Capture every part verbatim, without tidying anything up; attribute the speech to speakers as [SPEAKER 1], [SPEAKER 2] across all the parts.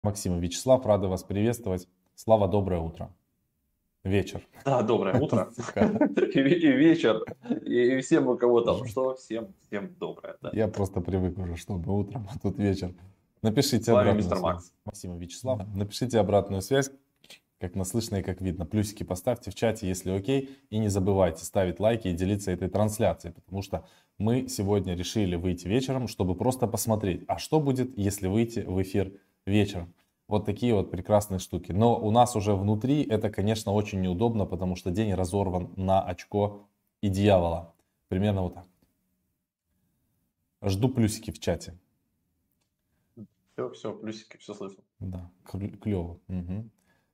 [SPEAKER 1] Максим и Вячеслав, рады вас приветствовать. Слава, доброе утро. Вечер.
[SPEAKER 2] Да, доброе утро.
[SPEAKER 1] Сука.
[SPEAKER 2] И, ве- и вечер. И, и всем, у кого там
[SPEAKER 1] Жестко.
[SPEAKER 2] что, всем, всем доброе. Да.
[SPEAKER 1] Я просто привык уже, чтобы утром, а тут вечер.
[SPEAKER 2] С
[SPEAKER 1] Напишите
[SPEAKER 2] вами
[SPEAKER 1] обратную
[SPEAKER 2] мистер
[SPEAKER 1] связь.
[SPEAKER 2] Макс.
[SPEAKER 1] Максим и Вячеслав. Напишите обратную связь, как нас слышно и как видно. Плюсики поставьте в чате, если окей. И не забывайте ставить лайки и делиться этой трансляцией, потому что мы сегодня решили выйти вечером, чтобы просто посмотреть, а что будет, если выйти в эфир вечером. Вот такие вот прекрасные штуки. Но у нас уже внутри это, конечно, очень неудобно, потому что день разорван на очко и дьявола. Примерно вот так. Жду плюсики в чате.
[SPEAKER 2] Все, все, плюсики, все слышал.
[SPEAKER 1] Да, клево. Угу.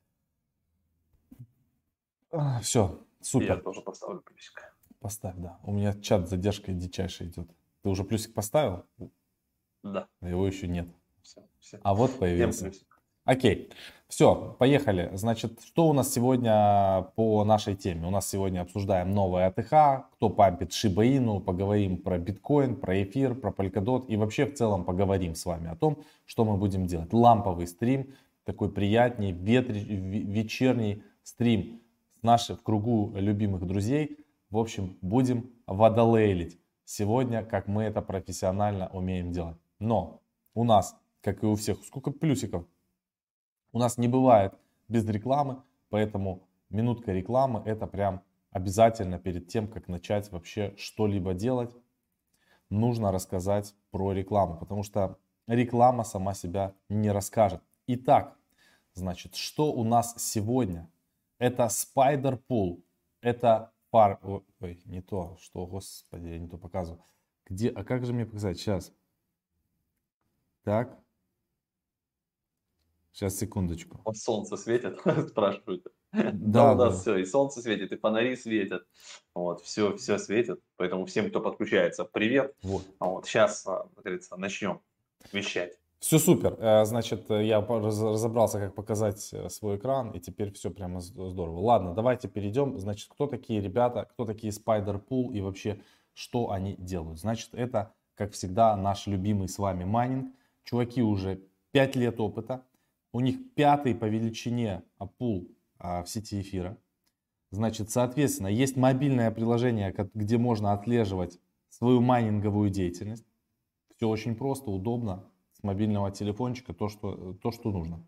[SPEAKER 1] Все,
[SPEAKER 2] И я
[SPEAKER 1] супер.
[SPEAKER 2] тоже поставлю плюсик.
[SPEAKER 1] Поставь, да. У меня чат с задержкой дичайшей идет. Ты уже плюсик поставил?
[SPEAKER 2] Да.
[SPEAKER 1] Его еще нет.
[SPEAKER 2] Все, все.
[SPEAKER 1] А вот
[SPEAKER 2] Всем
[SPEAKER 1] появился.
[SPEAKER 2] плюсик.
[SPEAKER 1] Окей. Все, поехали. Значит, что у нас сегодня по нашей теме? У нас сегодня обсуждаем новое АТХ, кто пампит Shiba Inu, поговорим про биткоин, про эфир, про Polkadot и вообще в целом поговорим с вами о том, что мы будем делать. Ламповый стрим, такой приятный, ветри, вечерний стрим с нашей в кругу любимых друзей. В общем, будем водолейлить сегодня, как мы это профессионально умеем делать. Но у нас, как и у всех, сколько плюсиков? У нас не бывает без рекламы, поэтому минутка рекламы это прям обязательно перед тем, как начать вообще что-либо делать, нужно рассказать про рекламу, потому что реклама сама себя не расскажет. Итак, значит, что у нас сегодня? Это Spider Pool, это пар... Ой, не то, что, господи, я не то показываю. Где, а как же мне показать? Сейчас. Так. Сейчас, секундочку.
[SPEAKER 2] Вот солнце светит, спрашивают. Да,
[SPEAKER 1] Да,
[SPEAKER 2] у нас
[SPEAKER 1] да.
[SPEAKER 2] все, и солнце светит, и фонари светят. Вот, все, все светит. Поэтому всем, кто подключается, привет.
[SPEAKER 1] Вот.
[SPEAKER 2] Вот, сейчас, как говорится, начнем вещать.
[SPEAKER 1] Все супер. Э, Значит, я раз- разобрался, как показать э, свой экран, и теперь все прямо з- здорово. Ладно, давайте перейдем. Значит, кто такие ребята, кто такие Spider Pool и вообще, что они делают? Значит, это, как всегда, наш любимый с вами майнинг. Чуваки уже пять лет опыта. У них пятый по величине пул а, в сети эфира. Значит, соответственно, есть мобильное приложение, ко- где можно отслеживать свою майнинговую деятельность. Все очень просто, удобно. С мобильного телефончика то, что, то, что нужно.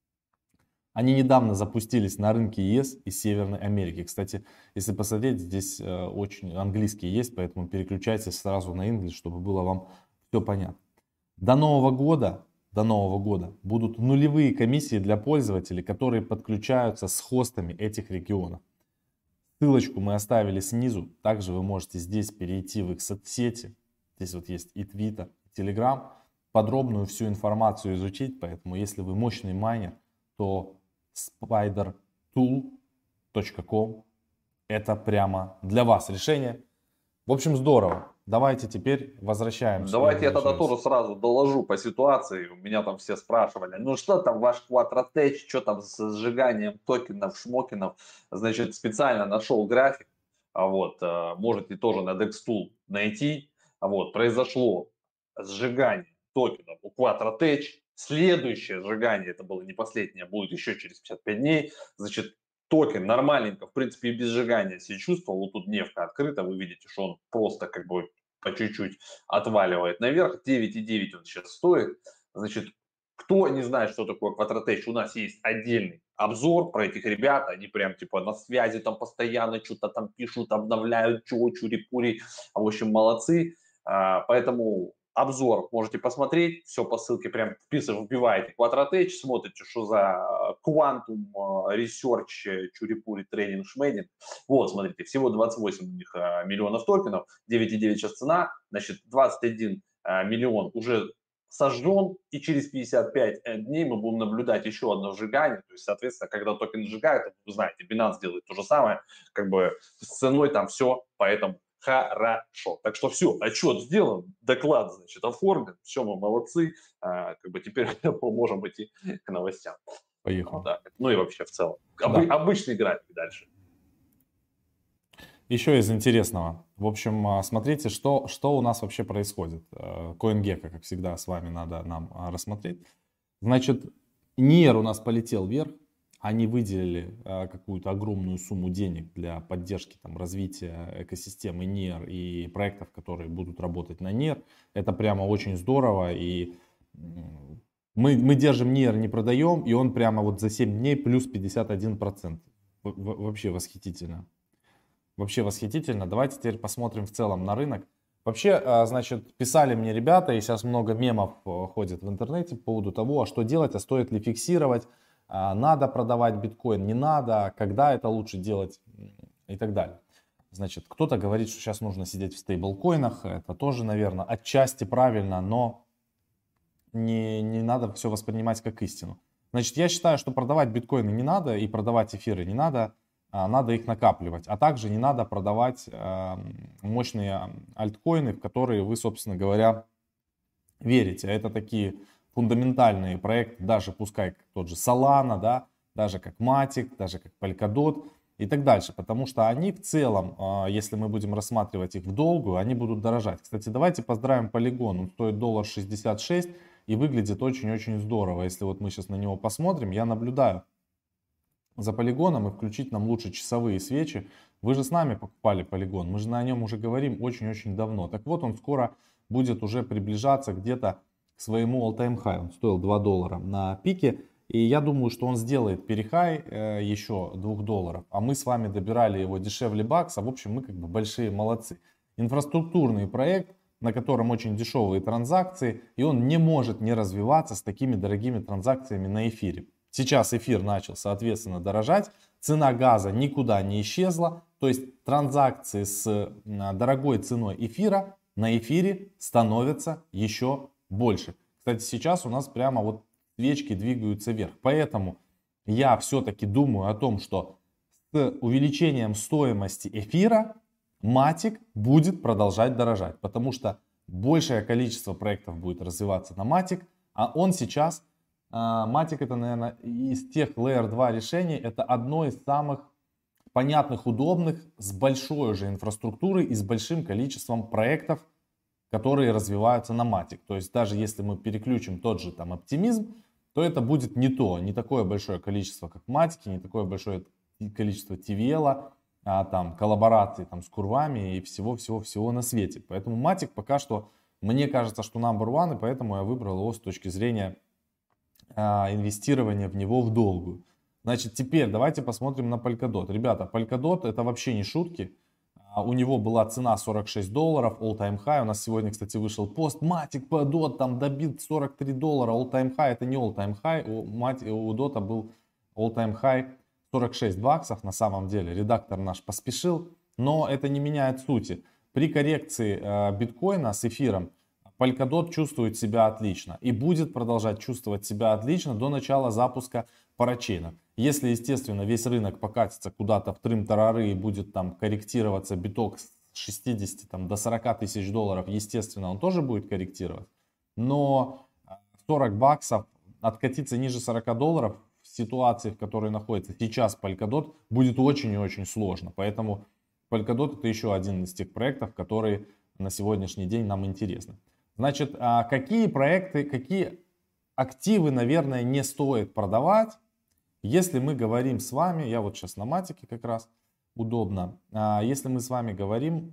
[SPEAKER 1] Они недавно запустились на рынке ЕС и Северной Америки. Кстати, если посмотреть, здесь э, очень английский есть, поэтому переключайтесь сразу на English, чтобы было вам все понятно. До Нового года, до Нового года будут нулевые комиссии для пользователей, которые подключаются с хостами этих регионов. Ссылочку мы оставили снизу. Также вы можете здесь перейти в их соцсети. Здесь вот есть и Twitter, и Telegram. Подробную всю информацию изучить. Поэтому, если вы мощный майнер, то спайдер тул точка ком это прямо для вас решение. В общем, здорово. Давайте теперь возвращаемся. Я
[SPEAKER 2] Давайте я тогда
[SPEAKER 1] возвращаюсь.
[SPEAKER 2] тоже сразу доложу по ситуации. У меня там все спрашивали, ну что там ваш Quattro-Tech, что там с сжиганием токенов, шмокенов. Значит, специально нашел график. А вот, э, можете тоже на Dextool найти. А вот, произошло сжигание токенов у Quattro-Tech. Следующее сжигание, это было не последнее, будет еще через пятьдесят пять дней. Значит, токен нормальненько, в принципе, и без сжигания себя чувствовал. Вот тут дневка открыта, вы видите, что он просто как бы по чуть-чуть отваливает наверх. девять и девять он сейчас стоит. Значит, кто не знает, что такое Quattro-Tech, у нас есть отдельный обзор про этих ребят. Они прям типа на связи там постоянно что-то там пишут, обновляют, чего, чури-пури. В общем, молодцы. Поэтому обзор можете посмотреть, все по ссылке прям вписываете, вбиваете Quattro-Tech, смотрите, что за Quantum Research, чури-пури, трейдинг, шмейдинг. Вот, смотрите, всего двадцать восемь у них миллионов токенов, девять и девять сейчас цена, значит, двадцать один миллион уже сожжен, и через пятьдесят пять дней мы будем наблюдать еще одно сжигание. То есть, соответственно, когда токен сжигает, вы знаете, Binance делает то же самое, как бы с ценой там все, поэтому хорошо. Так что все, отчет сделан, доклад, значит, оформлен, все, мы молодцы, а, как бы теперь можем идти к новостям.
[SPEAKER 1] Поехали.
[SPEAKER 2] Вот так. Ну и вообще в целом.
[SPEAKER 1] Да.
[SPEAKER 2] Обы- обычный график дальше.
[SPEAKER 1] Еще из интересного. В общем, смотрите, что, что у нас вообще происходит. CoinGecko, как всегда, с вами надо нам рассмотреть. Значит, ниэр у нас полетел вверх. Они выделили э, какую-то огромную сумму денег для поддержки там, развития экосистемы ниэр и проектов, которые будут работать на ниэр. Это прямо очень здорово. И мы, мы держим ниэр, не продаем, и он прямо вот за семь дней плюс пятьдесят один процент. Вообще восхитительно. Вообще восхитительно. Давайте теперь посмотрим в целом на рынок. Вообще, значит, писали мне ребята, и сейчас много мемов ходит в интернете по поводу того, а что делать, а стоит ли фиксировать, надо продавать биткоин, не надо, когда это лучше делать и так далее. Значит, кто-то говорит, что сейчас нужно сидеть в стейблкоинах, это тоже, наверное, отчасти правильно, но не, не надо все воспринимать как истину. Значит, я считаю, что продавать биткоины не надо и продавать эфиры не надо. Надо их накапливать, а также не надо продавать э, мощные альткоины, в которые вы, собственно говоря, верите. Это такие фундаментальные проекты, даже пускай как тот же Solana, да, даже как Matic, даже как Polkadot и так дальше. Потому что они в целом, э, если мы будем рассматривать их в долгую, они будут дорожать. Кстати, давайте поздравим Polygon. Он стоит доллар шестьдесят шесть и выглядит очень-очень здорово. Если вот мы сейчас на него посмотрим, я наблюдаю за полигоном, и включить нам лучше часовые свечи. Вы же с нами покупали полигон, мы же на нем уже говорим очень-очень давно. Так вот, он скоро будет уже приближаться где-то к своему all-time high. Он стоил два доллара на пике. И я думаю, что он сделает перехай э, еще двух долларов. А мы с вами добирали его дешевле бакса. В общем, мы как бы большие молодцы. Инфраструктурный проект, на котором очень дешевые транзакции. И он не может не развиваться с такими дорогими транзакциями на эфире. Сейчас эфир начал, соответственно, дорожать, цена газа никуда не исчезла, то есть транзакции с дорогой ценой эфира на эфире становятся еще больше. Кстати, сейчас у нас прямо вот свечки двигаются вверх, поэтому я все-таки думаю о том, что с увеличением стоимости эфира Matic будет продолжать дорожать, потому что большее количество проектов будет развиваться на Matic, а он сейчас... Matic это, наверное, из тех Layer два решений, это одно из самых понятных, удобных, с большой же инфраструктурой и с большим количеством проектов, которые развиваются на Matic. То есть даже если мы переключим тот же там оптимизм, то это будет не то, не такое большое количество, как Matic, не такое большое количество ти ви эл, а, там коллабораций там, с курвами и всего-всего-всего на свете. Поэтому Matic пока что, мне кажется, что number one, и поэтому я выбрал его с точки зрения инвестирование в него в долгую. Значит, теперь давайте посмотрим на Polkadot. Ребята, Polkadot это вообще не шутки. У него была цена сорок шесть долларов, all-time high. У нас сегодня, кстати, вышел пост. Matic по дот там добил сорок три доллара, all-time high. Это не all-time high. У, Matic, у Дота был all-time high сорок шесть баксов на самом деле. Редактор наш поспешил. Но это не меняет сути. При коррекции э, биткоина с эфиром Polkadot чувствует себя отлично и будет продолжать чувствовать себя отлично до начала запуска парачейнов. Если, естественно, весь рынок покатится куда-то в трым-тарары и будет там корректироваться биток с шестидесяти там, до сорока тысяч долларов, естественно, он тоже будет корректировать. Но сорок баксов откатиться ниже сорока долларов в ситуации, в которой находится сейчас Polkadot, будет очень и очень сложно. Поэтому Polkadot это еще один из тех проектов, которые на сегодняшний день нам интересны. Значит, какие проекты, какие активы, наверное, не стоит продавать, если мы говорим с вами, я вот сейчас на Матике как раз удобно, если мы с вами говорим,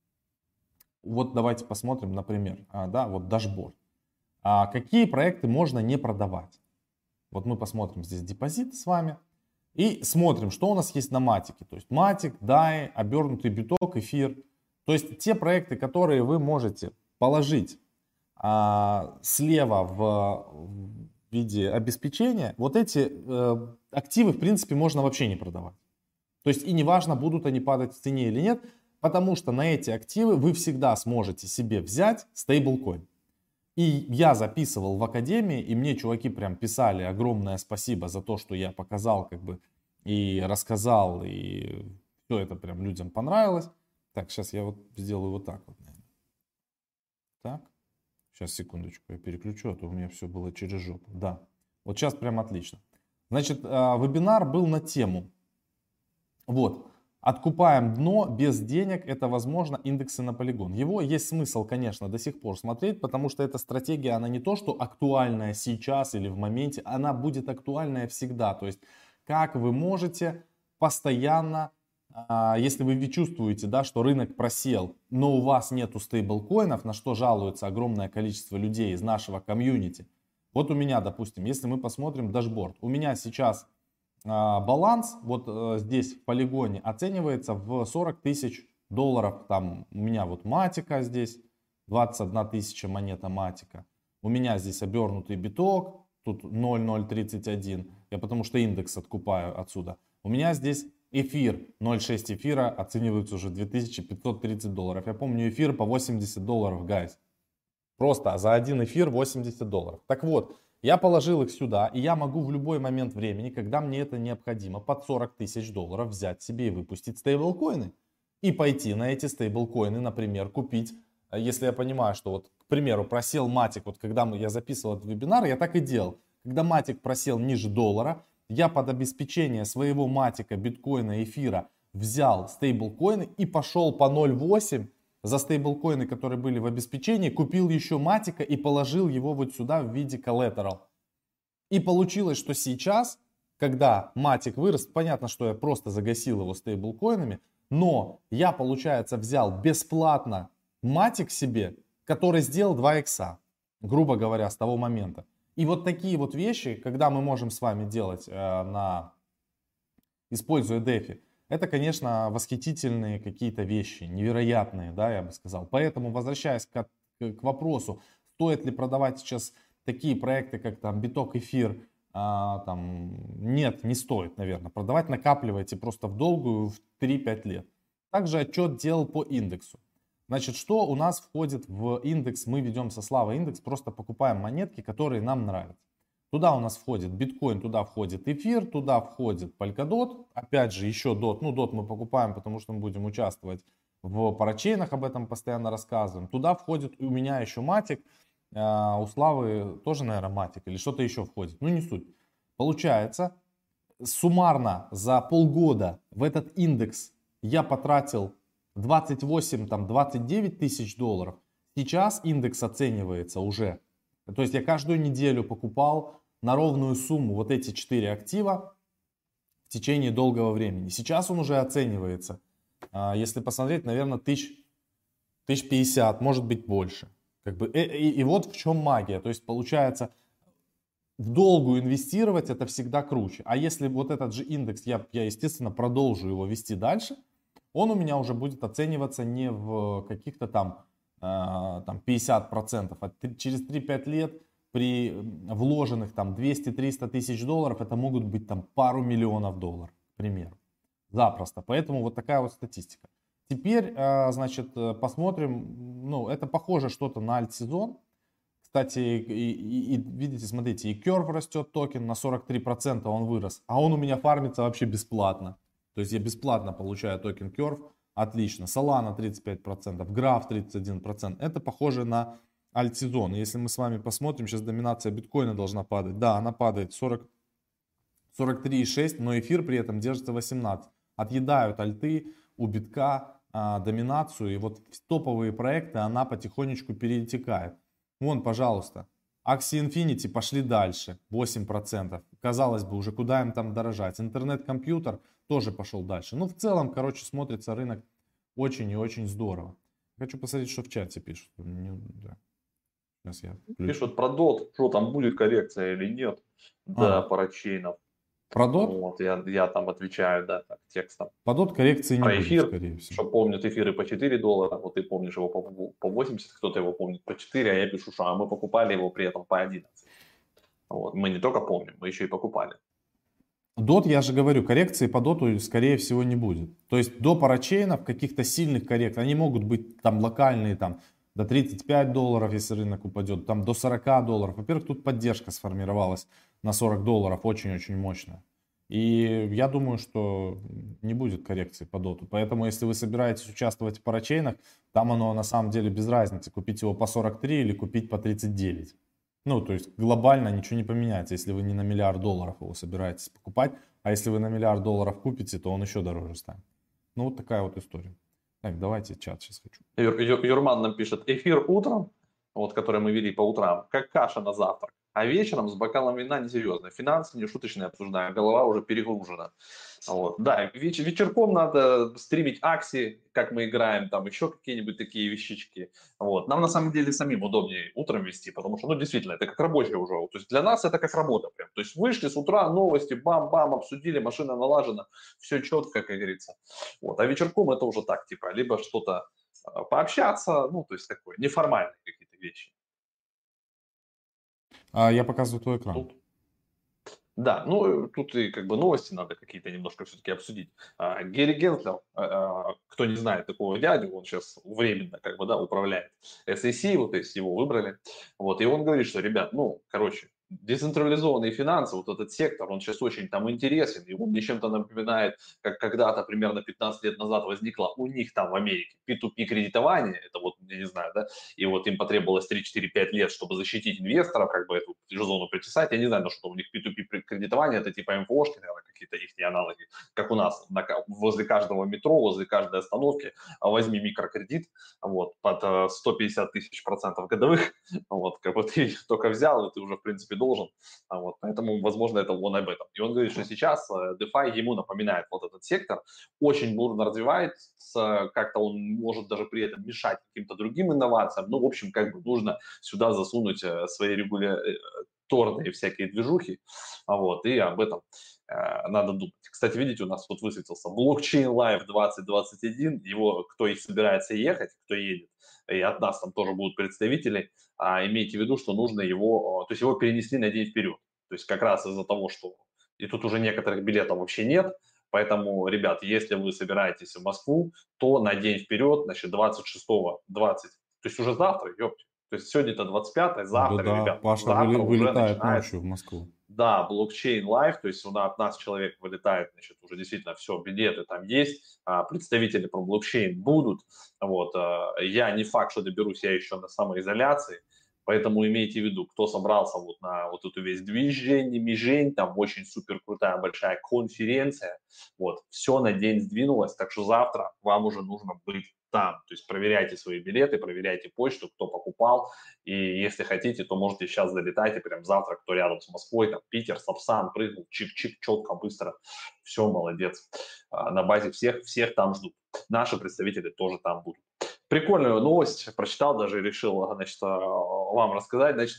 [SPEAKER 1] вот давайте посмотрим, например, да, вот дашборд. Какие проекты можно не продавать? Вот мы посмотрим здесь депозит с вами и смотрим, что у нас есть на Матике. То есть Матик, дай, обернутый биток, эфир. То есть те проекты, которые вы можете положить а, слева в, в виде обеспечения, вот эти э, активы в принципе можно вообще не продавать. То есть и неважно, будут они падать в цене или нет, потому что на эти активы вы всегда сможете себе взять стейблкоин. И я записывал в академии, и мне чуваки прям писали огромное спасибо за то, что я показал как бы и рассказал, и все это прям людям понравилось. Так, сейчас я вот сделаю вот так вот. Так. Сейчас, секундочку, я переключу, а то у меня все было через жопу. Да, вот сейчас прям отлично. Значит, вебинар был на тему. Вот. Откупаем дно без денег, это возможно, индексы на полигон. Его есть смысл, конечно, до сих пор смотреть, потому что эта стратегия, она не то, что актуальная сейчас или в моменте, она будет актуальная всегда. То есть, как вы можете постоянно, если вы чувствуете, да, что рынок просел, но у вас нету стейблкоинов, на что жалуется огромное количество людей из нашего комьюнити. Вот у меня, допустим, если мы посмотрим дашборд, у меня сейчас баланс вот здесь в полигоне оценивается в сорок тысяч долларов. Там у меня вот матика здесь, двадцать одна тысяча монета матика. У меня здесь обернутый биток, тут ноль ноль тридцать один. Я потому что индекс откупаю отсюда. У меня здесь эфир, ноль целых шесть эфира оценивается уже две тысячи пятьсот тридцать долларов. Я помню эфир по восемьдесят долларов, гайс. Просто за один эфир восемьдесят долларов. Так вот. Я положил их сюда, и я могу в любой момент времени, когда мне это необходимо, под сорок тысяч долларов взять себе и выпустить стейблкоины. И пойти на эти стейблкоины, например, купить, если я понимаю, что вот, к примеру, просел матик, вот когда я записывал этот вебинар, я так и делал. Когда матик просел ниже доллара, я под обеспечение своего матика, биткоина, эфира взял стейблкоины и пошел по ноль целых восемь десятых. За стейблкоины, которые были в обеспечении, купил еще матика и положил его вот сюда в виде collateral. И получилось, что сейчас, когда матик вырос, понятно, что я просто загасил его стейблкоинами, но я, получается, взял бесплатно матик себе, который сделал два икса, грубо говоря, с того момента. И вот такие вот вещи, когда мы можем с вами делать, э, на, используя дефи, это, конечно, восхитительные какие-то вещи, невероятные, да, я бы сказал. Поэтому, возвращаясь к, к вопросу, стоит ли продавать сейчас такие проекты, как там биток, эфир, а, там, нет, не стоит, наверное. Продавать накапливайте просто в долгую в три-пять лет. Также отчет делал по индексу. Значит, что у нас входит в индекс? Мы ведем со Славой индекс, просто покупаем монетки, которые нам нравятся. Туда у нас входит биткоин, туда входит эфир, туда входит Polkadot. Опять же, еще дот. Ну, дот мы покупаем, потому что мы будем участвовать в парачейнах, об этом постоянно рассказываем. Туда входит у меня еще матик. У Славы тоже, наверное, матик или что-то еще входит. Ну, не суть. Получается, суммарно за полгода в этот индекс я потратил двадцать восемь, там, двадцать девять тысяч долларов. Сейчас индекс оценивается уже. То есть я каждую неделю покупал на ровную сумму вот эти четыре актива в течение долгого времени. Сейчас он уже оценивается, если посмотреть, наверное, тысяч, тысяч пятьдесят, может быть больше. Как бы, и, и, и вот в чем магия. То есть получается, в долгую инвестировать это всегда круче. А если вот этот же индекс, я, я естественно продолжу его вести дальше, он у меня уже будет оцениваться не в каких-то там там пятьдесят процентов, а через три-пять лет при вложенных там двести-триста тысяч долларов это могут быть там пару миллионов долларов, к примеру, запросто. Поэтому вот такая вот статистика. Теперь, значит, посмотрим, ну, это похоже что-то на альт-сезон. Кстати, и, и, и, видите, смотрите, и Curve растет токен, на сорок три процента он вырос, а он у меня фармится вообще бесплатно. То есть я бесплатно получаю токен Curve. Отлично. Solana тридцать пять процентов, Graph тридцать один процент. Это похоже на альт-сезон. Если мы с вами посмотрим, сейчас доминация биткоина должна падать. Да, она падает сорок, сорок три и шесть, но эфир при этом держится восемнадцать. Отъедают альты у битка а, доминацию. И вот в топовые проекты она потихонечку перетекает. Вон, пожалуйста. Axie Infinity пошли дальше. восемь процентов. Казалось бы, уже куда им там дорожать. Интернет-компьютер тоже пошел дальше. Ну, в целом, короче, смотрится рынок очень и очень здорово. Хочу посмотреть, что в чате пишут. Не, да. Сейчас я включу.
[SPEAKER 2] Пишут про дот, что там будет коррекция или нет. Да, ага. Парачейнов.
[SPEAKER 1] Про дот?
[SPEAKER 2] Вот, я, я там отвечаю, да, так, текстом.
[SPEAKER 1] По дот коррекции не
[SPEAKER 2] про
[SPEAKER 1] будет,
[SPEAKER 2] эфир,
[SPEAKER 1] скорее всего.
[SPEAKER 2] Что помнят эфиры по четыре доллара, вот ты помнишь его по, по восемьдесят, кто-то его помнит по четыре, а я пишу, что а мы покупали его при этом по одиннадцать. Вот, мы не только помним, мы еще и покупали.
[SPEAKER 1] Дот, я же говорю, коррекции по доту скорее всего не будет. То есть до парачейнов каких-то сильных коррекций, они могут быть там локальные, там до тридцати пяти долларов, если рынок упадет, там до сорока долларов. Во-первых, тут поддержка сформировалась на сорок долларов, очень-очень мощная. И я думаю, что не будет коррекции по доту. Поэтому, если вы собираетесь участвовать в парачейнах, там оно на самом деле без разницы, купить его по сорок три или купить по тридцать девять. Ну, то есть глобально ничего не поменяется, если вы не на миллиард долларов его собираетесь покупать. А если вы на миллиард долларов купите, то он еще дороже станет. Ну, вот такая вот история. Так, давайте чат сейчас хочу.
[SPEAKER 2] Юр- Ю- Юрман нам пишет, эфир утром, вот, который мы вели по утрам, как каша на завтрак. А вечером с бокалом вина несерьезно. Финансы нешуточные обсуждаем, голова уже перегружена. Вот. Да, веч- вечерком надо стримить акции, как мы играем, там еще какие-нибудь такие вещички. Вот. Нам на самом деле самим удобнее утром вести, потому что, ну, действительно, это как рабочее уже. То есть для нас это как работа прям. То есть вышли с утра, новости, бам-бам, обсудили, машина налажена, все четко, как говорится. Вот. А вечерком это уже так, типа, либо что-то а, пообщаться, ну, то есть такое, неформальные какие-то вещи.
[SPEAKER 1] А я показываю твой экран.
[SPEAKER 2] Тут Да, ну, тут и как бы новости надо какие-то немножко все-таки обсудить. А, Герри Генслер, а, а, кто не знает такого дядю, он сейчас временно как бы, да, управляет эс и си, вот, то есть его выбрали. Вот, и он говорит, что, ребят, ну, короче, децентрализованные финансы, вот этот сектор, он сейчас очень там интересен, и он мне чем-то напоминает, как когда-то примерно пятнадцать лет назад возникло у них там в Америке пи ту пи кредитование, это вот, я не знаю, да, и вот им потребовалось три-четыре-пять лет, чтобы защитить инвесторов, как бы эту зону притесать. Я не знаю, на что у них пи ту пи кредитование, это типа эм эф о-шки, наверное, какие-то их аналоги, как у нас, на, возле каждого метро, возле каждой остановки, а возьми микрокредит, вот, под э, сто пятьдесят тысяч процентов годовых, вот, как бы ты только взял, и ты уже, в принципе, должен, а вот, поэтому, возможно, это он об этом. И он говорит, что сейчас э, DeFi ему напоминает вот этот сектор, очень бурно развивается, как-то он может даже при этом мешать каким-то другим инновациям, ну, в общем, как бы нужно сюда засунуть э, свои регуляторные всякие движухи, а вот, и об этом э, надо думать. Кстати, видите, у нас вот высветился блокчейн Live двадцать двадцать один, его, кто и собирается ехать, кто едет, и от нас там тоже будут представители, а имейте в виду, что нужно его, то есть его перенесли на день вперед, то есть как раз из-за того, что и тут уже некоторых билетов вообще нет, поэтому, ребят, если вы собираетесь в Москву, то на день вперед, значит, двадцать шестого, двадцать, то есть уже завтра, ёпте, то есть сегодня-то двадцать пятое, завтра,
[SPEAKER 1] Да-да,
[SPEAKER 2] ребят,
[SPEAKER 1] Паша
[SPEAKER 2] завтра
[SPEAKER 1] выли-
[SPEAKER 2] уже
[SPEAKER 1] вылетает
[SPEAKER 2] начинается,
[SPEAKER 1] ночью в Москву.
[SPEAKER 2] да, блокчейн лайв, то есть у нас, от нас человек вылетает, значит, уже действительно все, билеты там есть, а, представители про блокчейн будут, вот, а, я не факт, что доберусь, я еще на самоизоляции, поэтому имейте в виду, кто собрался вот на вот эту весь движение, межень, там очень супер крутая большая конференция, вот, все на день сдвинулось, так что завтра вам уже нужно быть там, то есть проверяйте свои билеты, проверяйте почту, кто покупал, и если хотите, то можете сейчас залетать, и прям завтра, кто рядом с Москвой, там, Питер, Сапсан, прыгнул, чик-чик, четко, быстро, все, молодец. А, на базе всех, всех там ждут. Наши представители тоже там будут. Прикольную новость, прочитал даже и решил, значит, а, вам рассказать. Значит,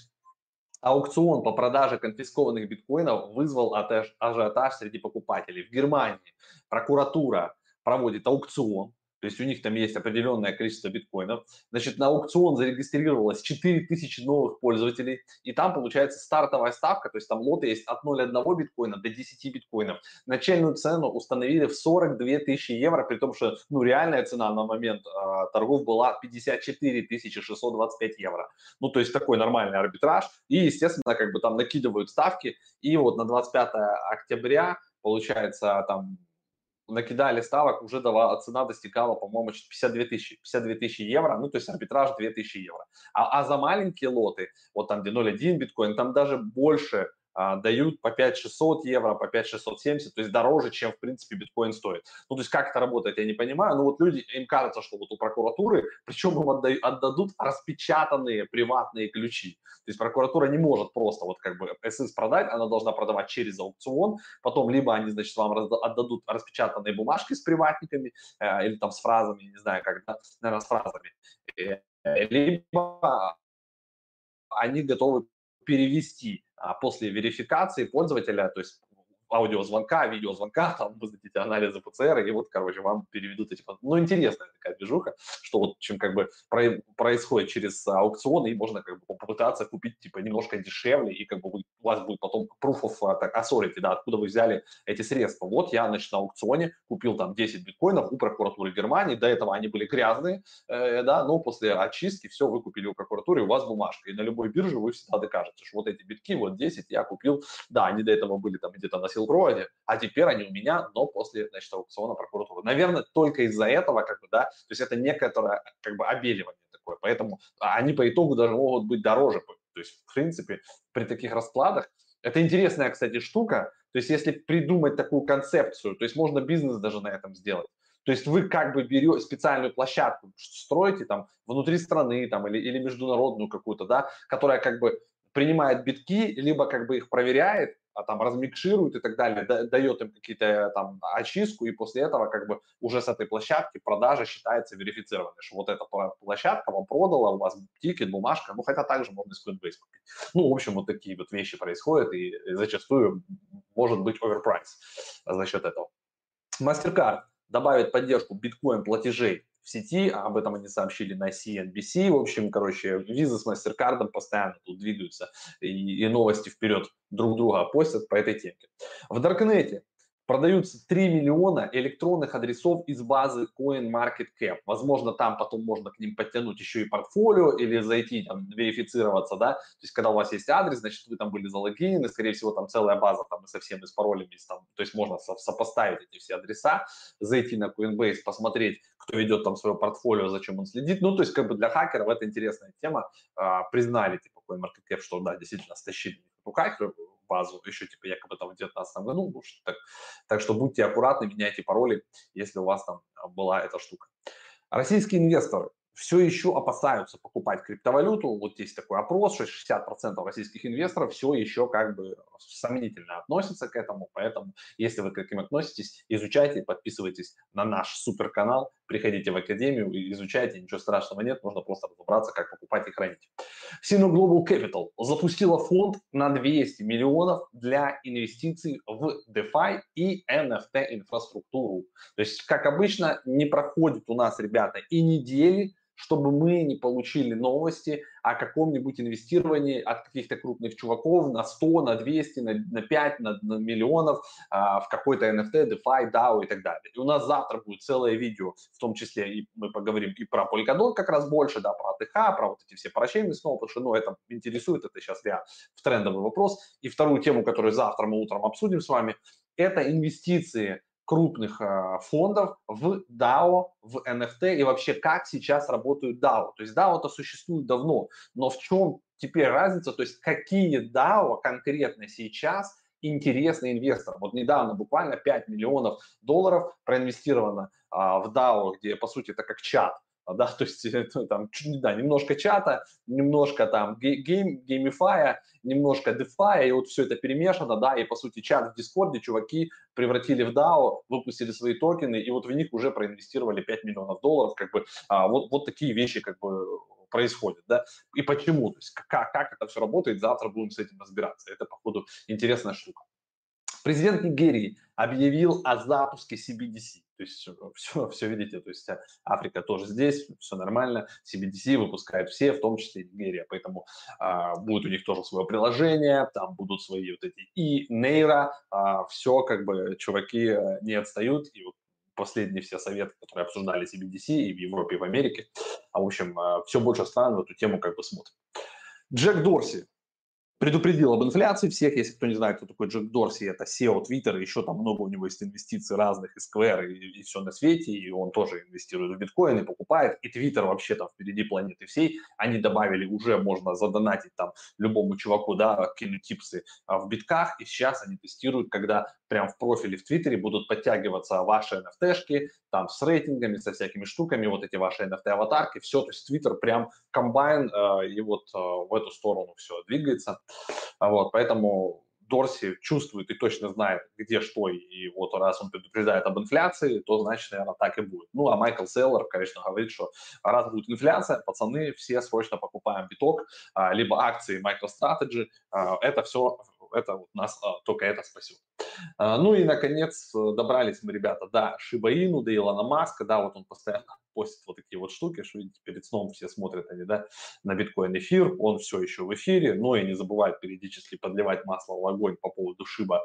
[SPEAKER 2] аукцион по продаже конфискованных биткоинов вызвал аж- ажиотаж среди покупателей. В Германии прокуратура проводит аукцион, то есть у них там есть определенное количество биткоинов. Значит, на аукцион зарегистрировалось четыре тысячи новых пользователей, и там получается стартовая ставка, то есть там лоты есть от ноль целых одного биткоина до десяти биткоинов. Начальную цену установили в сорок две тысячи евро, при том, что ну, реальная цена на момент э, торгов была пятьдесят четыре тысячи шестьсот двадцать пять евро. Ну, то есть такой нормальный арбитраж. И, естественно, как бы там накидывают ставки. И вот на двадцать пятое октября, получается, там накидали ставок, уже давала, цена достигала, по-моему, пятьдесят две тысячи, пятьдесят две тысячи евро, ну, то есть арбитраж две тысячи евро. А, а за маленькие лоты, вот там, где ноль целых одна десятая биткоин, там даже больше а, дают по пять тысяч шестьсот евро, по пять тысяч шестьсот семьдесят, то есть дороже, чем, в принципе, биткоин стоит. Ну, то есть как это работает, я не понимаю, но вот люди, им кажется, что вот у прокуратуры, причем им отдают, отдадут распечатанные приватные ключи. То есть прокуратура не может просто вот как бы эс эс продать, она должна продавать через аукцион, потом либо они, значит, вам отдадут распечатанные бумажки с приватниками э, или там с фразами, не знаю, как, да, наверное, с фразами, э, либо они готовы перевести а, после верификации пользователя, то есть аудиозвонка, видеозвонка, там, вы сдадите анализы пэ цэ эр, и вот, короче, вам переведут эти... Ну, интересная такая движуха, что вот чем как бы про... происходит через аукцион, и можно как бы попытаться купить, типа, немножко дешевле, и как бы вы... у вас будет потом proof of так, authority, да, откуда вы взяли эти средства. Вот я, значит, на аукционе купил там десять биткоинов у прокуратуры Германии, до этого они были грязные, э, да, но после очистки все вы купили у прокуратуры, у вас бумажка, и на любой бирже вы всегда докажете, что вот эти битки, вот десять я купил, да, они до этого были там где-то на Силкроиде, а теперь они у меня, но после, значит, аукциона прокуратуры. Наверное, только из-за этого, как бы, да, то есть это некоторое, как бы, обеливание такое, поэтому они по итогу даже могут быть дороже, то есть, в принципе, при таких раскладах, это интересная, кстати, штука, то есть если придумать такую концепцию, то есть можно бизнес даже на этом сделать, То есть вы как бы берете специальную площадку, строите там внутри страны там, или, или международную какую-то, да, которая как бы принимает битки, либо как бы их проверяет, а там размикширует и так далее, да, дает им какие-то там очистку, и после этого как бы уже с этой площадки продажа считается верифицированной, что вот эта площадка вам продала, у вас тикет, бумажка, ну хотя также можно из Coinbase купить. Ну, в общем, вот такие вот вещи происходят, и зачастую может быть оверпрайс за счет этого. MasterCard добавит поддержку биткоин-платежей в сети, об этом они сообщили на си эн би си. В общем, короче, Visa с MasterCard постоянно тут двигаются, и, и новости вперед друг друга постят по этой теме. В Даркнете продаются три миллиона электронных адресов из базы CoinMarketCap. Возможно, там потом можно к ним подтянуть еще и портфолио или зайти, там, верифицироваться, да. То есть, когда у вас есть адрес, значит, вы там были залогинены, скорее всего, там целая база там и со всеми с паролями, там, то есть можно со сопоставить эти все адреса, зайти на Coinbase, посмотреть, кто ведет там свое портфолио, зачем он следит. Ну, то есть, как бы для хакеров это интересная тема. А, признали, типа, CoinMarketCap, что, да, действительно стащили у хакеров базу, еще типа якобы там в две тысячи девятнадцатом году. Ну, так, так что будьте аккуратны, меняйте пароли, если у вас там была эта штука. Российские инвесторы все еще опасаются покупать криптовалюту. Вот есть такой опрос, что шестьдесят процентов российских инвесторов все еще как бы сомнительно относятся к этому. Поэтому, если вы к этим относитесь, изучайте, подписывайтесь на наш суперканал, приходите в академию и изучайте, ничего страшного нет, можно просто разобраться, как покупать и хранить. Sino Global Capital запустила фонд на двести миллионов для инвестиций в DeFi и эн эф ти-инфраструктуру. То есть, как обычно, не проходит у нас, ребята, и недели, чтобы мы не получили новости о каком-нибудь инвестировании от каких-то крупных чуваков на сто, на двести, на, на пять, на, на миллионов а, в какой-то эн эф ти, DeFi, дао и так далее. И у нас завтра будет целое видео, в том числе и мы поговорим и про Polkadot как раз больше, да, про АТХ, про вот эти все парачейны снова, потому что, ну, это интересует, это сейчас я в трендовый вопрос. И вторую тему, которую завтра мы утром обсудим с вами, это инвестиции крупных э, фондов в дао, в эн эф ти и вообще как сейчас работают дао. То есть дао-то существует давно, но в чем теперь разница, то есть какие дао конкретно сейчас интересны инвесторам. Вот недавно буквально пять миллионов долларов проинвестировано а, в дао, где по сути это как чат. Да, то есть там, да, немножко чата, немножко там гейм, геймифая, немножко DeFi, и вот все это перемешано, да, и по сути чат в Дискорде чуваки превратили в дао, выпустили свои токены, и вот в них уже проинвестировали пять миллионов долларов, как бы, а, вот, вот такие вещи, как бы, происходят, да, и почему, то есть как, как это все работает, завтра будем с этим разбираться, это, походу, интересная штука. Президент Нигерии объявил о запуске си би ди си. То есть все, все видите, то есть Африка тоже здесь, все нормально. си би ди си выпускают все, в том числе и Нигерия. Поэтому а, будет у них тоже свое приложение, там будут свои вот эти и нейро, а, все как бы чуваки не отстают. И вот последние все советы, которые обсуждали си би ди си и в Европе, и в Америке. А, в общем, все больше стран в эту тему как бы смотрят. Джек Дорси предупредил об инфляции всех. Если кто не знает, кто такой Джек Дорси, это си и о Twitter, еще там много у него есть инвестиций разных, и Square, и, и все на свете, и он тоже инвестирует в биткоин и покупает, и Twitter вообще там впереди планеты всей. Они добавили, уже можно задонатить там любому чуваку, да, кинуть типсы а, в битках, и сейчас они тестируют, когда прям в профиле в Твиттере будут подтягиваться ваши эн эф ти-шки, там с рейтингами, со всякими штуками, вот эти ваши эн эф ти-аватарки, все, то есть Twitter прям комбайн, э, и вот э, в эту сторону все двигается. Вот, поэтому Дорси чувствует и точно знает, где что, и вот раз он предупреждает об инфляции, то значит, наверное, так и будет. Ну, а Майкл Селлер, конечно, говорит, что раз будет инфляция, пацаны, все срочно покупаем биток, а, либо акции MicroStrategy, а, это все, это вот нас а, только это спасет. А, ну и, наконец, добрались мы, ребята, до Shiba Inu, до Илона Маска, да, вот он постоянно постит вот такие вот штуки, что видите, перед сном все смотрят они, да, на биткоин эфир, он все еще в эфире, но и не забывает периодически подливать масло в огонь по поводу Shiba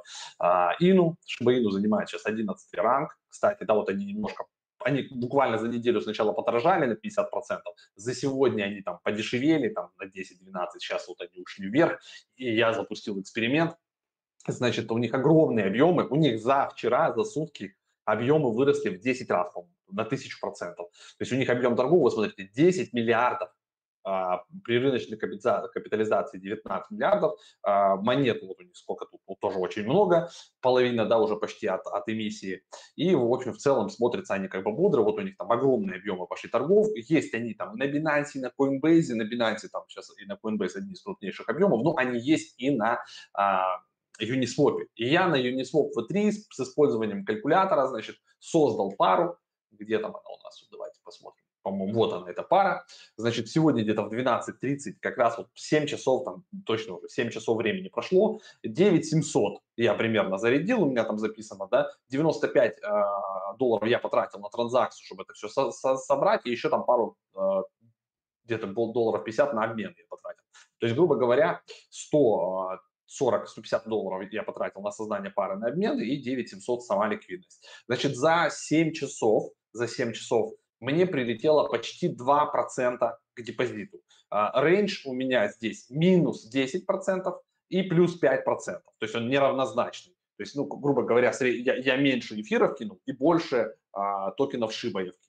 [SPEAKER 2] Inu. Shiba Inu занимает сейчас одиннадцатый ранг, кстати, да, вот они немножко они буквально за неделю сначала подорожали на пятьдесят процентов, за сегодня они там подешевели, там на десять-двенадцать, сейчас вот они ушли вверх, и я запустил эксперимент. Значит, у них огромные объемы, у них за вчера, за сутки объемы выросли в десять раз, по-моему, на тысячу процентов. То есть у них объем торгов, вы смотрите, десять миллиардов а, при рыночной капитализа- капитализации девятнадцать миллиардов, а, монет вот у них сколько тут, вот тоже очень много, половина, да, уже почти от, от эмиссии, и, в общем, в целом смотрятся они как бы бодро, вот у них там огромные объемы пошли торгов, есть они там на Binance, на Coinbase, на Binance там сейчас и на Coinbase одни из крупнейших объемов, но они есть и на а, Uniswap. И я на Uniswap ви три с, с использованием калькулятора, значит, создал пару, где там она у нас, вот давайте посмотрим, по-моему, вот она, эта пара, значит, сегодня где-то в двенадцать тридцать, как раз вот семь часов, там точно уже семь часов времени прошло, девять семьсот я примерно зарядил, у меня там записано, да, девяносто пять э, долларов я потратил на транзакцию, чтобы это все со- со- собрать, и еще там пару, э, где-то долларов пятьдесят на обмен я потратил. То есть, грубо говоря, сто сорок сто пятьдесят долларов я потратил на создание пары на обмен и девять семьсот сама ликвидность. Значит, за семь часов, за семь часов мне прилетело почти два процента к депозиту. Рейндж у меня здесь минус десять процентов и плюс пять процентов. То есть он неравнозначный. То есть, ну, грубо говоря, я, я меньше эфиров кинул и больше а, токенов шиба я вкинул.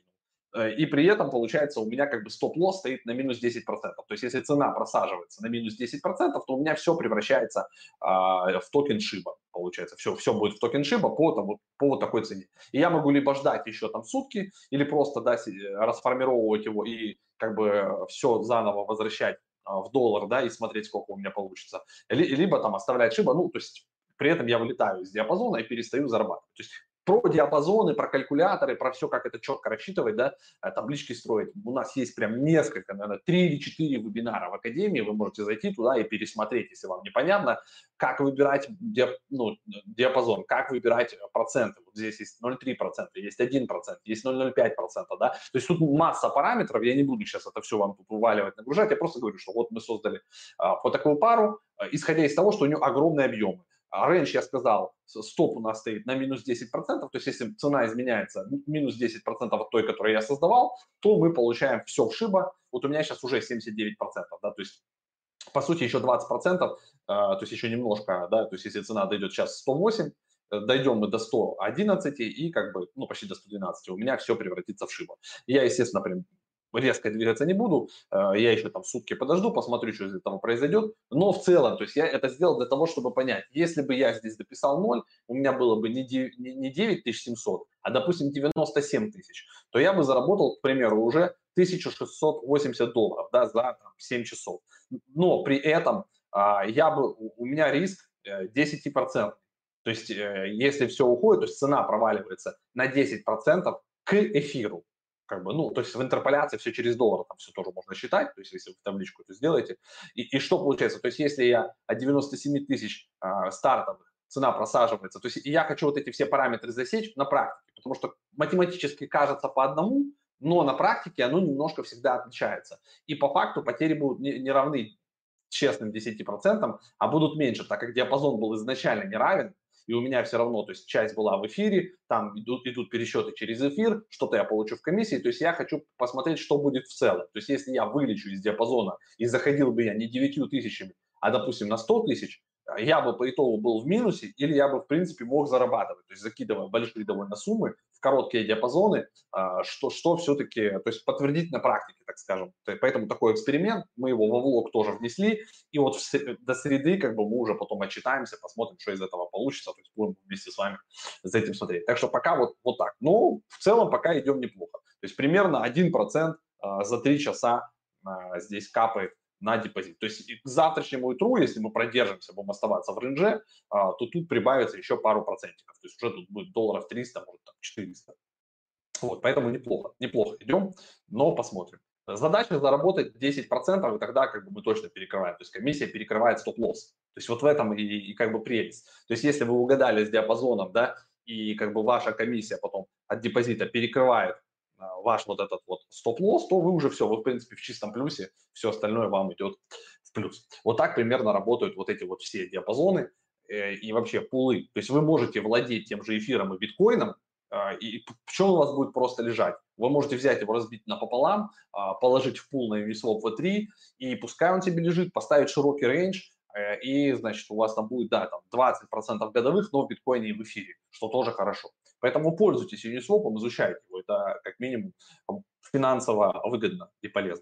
[SPEAKER 2] И при этом, получается, у меня как бы стоп-лосс стоит на минус десять процентов. То есть если цена просаживается на минус десять процентов, то у меня все превращается а, в токен шиба. Получается, все, все будет в токен шиба по, там, по вот такой цене. И я могу либо ждать еще там сутки, или просто да, расформировать его и как бы все заново возвращать а, в доллар, да, и смотреть, сколько у меня получится. Либо там оставлять шиба, ну, то есть при этом я вылетаю из диапазона и перестаю зарабатывать. То есть про диапазоны, про калькуляторы, про все, как это четко рассчитывать, да, таблички строить. У нас есть прям несколько, наверное, три или четыре вебинара в Академии, вы можете зайти туда и пересмотреть, если вам непонятно, как выбирать диап, ну, диапазон, как выбирать проценты. Вот здесь есть ноль целых три десятых процента, есть один процент, есть ноль целых ноль пять процента, да. То есть тут масса параметров, я не буду сейчас это все вам тут вываливать, нагружать, я просто говорю, что вот мы создали а, вот такую пару, исходя из того, что у нее огромные объемы. Рейндж, я сказал, стоп у нас стоит на минус десять процентов, то есть если цена изменяется минус десять процентов от той, которую я создавал, то мы получаем все в шиба. Вот у меня сейчас уже семьдесят девять процентов, да, то есть по сути еще двадцать процентов, то есть еще немножко, да, то есть если цена дойдет сейчас сто восемь, дойдем мы до сто одиннадцати и как бы, ну, почти до сто двенадцати, у меня все превратится в шиба. Я, естественно, прям резко двигаться не буду, я еще там сутки подожду, посмотрю, что из этого произойдет, но в целом, то есть я это сделал для того, чтобы понять, если бы я здесь дописал ноль, у меня было бы не девять тысяч семьсот, а, допустим, девяносто семь тысяч, то я бы заработал, к примеру, уже тысячу шестьсот восемьдесят долларов, да, за там, семь часов. Но при этом а, я бы, у меня риск десять процентов. То есть если все уходит, то есть цена проваливается на десять процентов к эфиру. Как бы, ну, то есть в интерполяции все через доллар, там все тоже можно считать, то есть если вы в табличку это сделаете. И, и что получается? То есть если я от девяноста семи тысяч а, стартовых цена просаживается, то есть я хочу вот эти все параметры засечь на практике, потому что математически кажется по одному, но на практике оно немножко всегда отличается. И по факту потери будут не, не равны честным десяти процентам, а будут меньше, так как диапазон был изначально неравен, и у меня все равно, то есть часть была в эфире, там идут, идут пересчеты через эфир, что-то я получу в комиссии, то есть я хочу посмотреть, что будет в целом. То есть если я вылечу из диапазона и заходил бы я не девятью тысячами, а, допустим, на сто тысяч, я бы по итогу был в минусе, или я бы, в принципе, мог зарабатывать, то есть закидывая большие довольно суммы в короткие диапазоны, что, что все-таки, то есть подтвердить на практике, так скажем. Поэтому такой эксперимент, мы его во влог тоже внесли, и вот в, до среды как бы мы уже потом отчитаемся, посмотрим, что из этого получится, то есть будем вместе с вами за этим смотреть. Так что пока вот, вот так. Но в целом пока идем неплохо. То есть примерно один процент за три часа здесь капает на депозит. То есть к завтрашнему утру, если мы продержимся, будем оставаться в рейнже, то тут прибавится еще пару процентиков. То есть уже тут будет долларов триста, может там четыреста. Вот, поэтому неплохо, неплохо идем, но посмотрим. Задача заработать десять процентов, и тогда как бы мы точно перекрываем. То есть комиссия перекрывает стоп-лосс. То есть вот в этом и, и как бы прелесть. То есть если вы угадали с диапазоном, да, и как бы ваша комиссия потом от депозита перекрывает ваш вот этот вот стоп-лосс, то вы уже все, вы в принципе в чистом плюсе, все остальное вам идет в плюс. Вот так примерно работают вот эти вот все диапазоны э, и вообще пулы. То есть вы можете владеть тем же эфиром и биткоином, э, и пчел у вас будет просто лежать. Вы можете взять его, разбить напополам, э, положить в пул на Uniswap ви три, и пускай он тебе лежит, поставить широкий рейндж, э, и, значит, у вас там будет, да, там двадцать процентов годовых, но в биткоине и в эфире, что тоже хорошо. Поэтому пользуйтесь Uniswap, изучайте его, это как минимум финансово выгодно и полезно.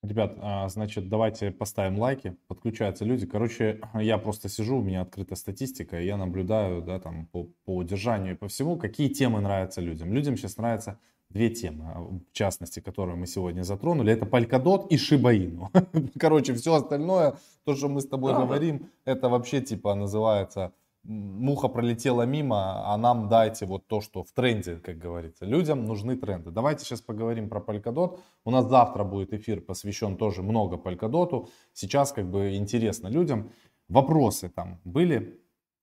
[SPEAKER 1] Ребят, а, значит, давайте поставим лайки, подключаются люди. Короче, я просто сижу, у меня открыта статистика, и я наблюдаю, да, там, по, по удержанию и по всему, какие темы нравятся людям. Людям сейчас нравятся две темы, а, в частности, которые мы сегодня затронули. Это Polkadot и Shiba Inu. Короче, все остальное, то, что мы с тобой
[SPEAKER 2] Да, да.
[SPEAKER 1] говорим, это вообще, типа, называется муха пролетела мимо, а нам дайте вот то, что в тренде, как говорится. Людям нужны тренды. Давайте сейчас поговорим про Polkadot. У нас завтра будет эфир посвящен тоже много Polkadot. Сейчас как бы интересно людям. Вопросы там были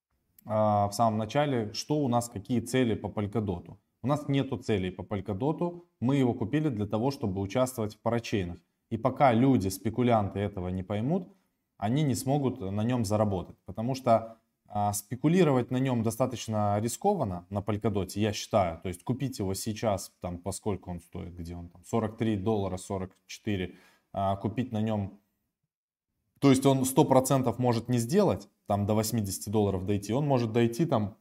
[SPEAKER 1] а, в самом начале, что у нас, какие цели по Polkadot. У нас нету целей по Polkadot. Мы его купили для того, чтобы участвовать в парачейнах. И пока люди, спекулянты этого не поймут, они не смогут на нем заработать. Потому что а, спекулировать на нем достаточно рискованно, на Polkadot, я считаю. То есть купить его сейчас, там, поскольку он стоит, где он там, сорок три доллара, сорок четыре, а, купить на нем, то есть он сто процентов может не сделать, там до восьмидесяти долларов дойти, он может дойти там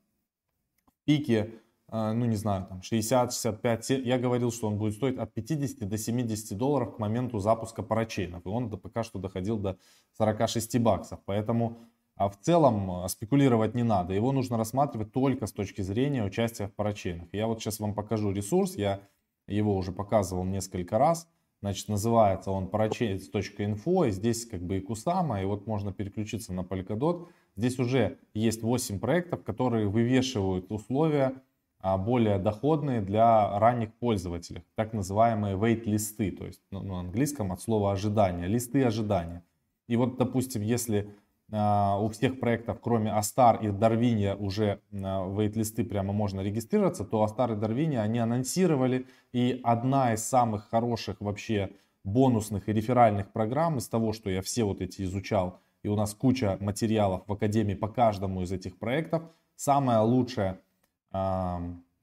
[SPEAKER 1] в пике, а, ну не знаю, там шестьдесят, шестьдесят пять, я говорил, что он будет стоить от пятидесяти до семидесяти долларов к моменту запуска парачейнов, и он до, пока что доходил до сорока шести баксов, поэтому а в целом а, спекулировать не надо. Его нужно рассматривать только с точки зрения участия в парачейнах. Я вот сейчас вам покажу ресурс. Я его уже показывал несколько раз. Значит, называется он parachains точка инфо. И здесь как бы и Kusama. И вот можно переключиться на Polkadot. Здесь уже есть восемь проектов, которые вывешивают условия а, более доходные для ранних пользователей. Так называемые wait-листы. То есть ну, на английском от слова ожидания. Листы ожидания. И вот, допустим, если у всех проектов, кроме Astar и Darwinia, уже в вейт-листы прямо можно регистрироваться, то Astar и Darwinia они анонсировали. И одна из самых хороших вообще бонусных и реферальных программ из того, что я все вот эти изучал, и у нас куча материалов в Академии по каждому из этих проектов, самая лучшая э,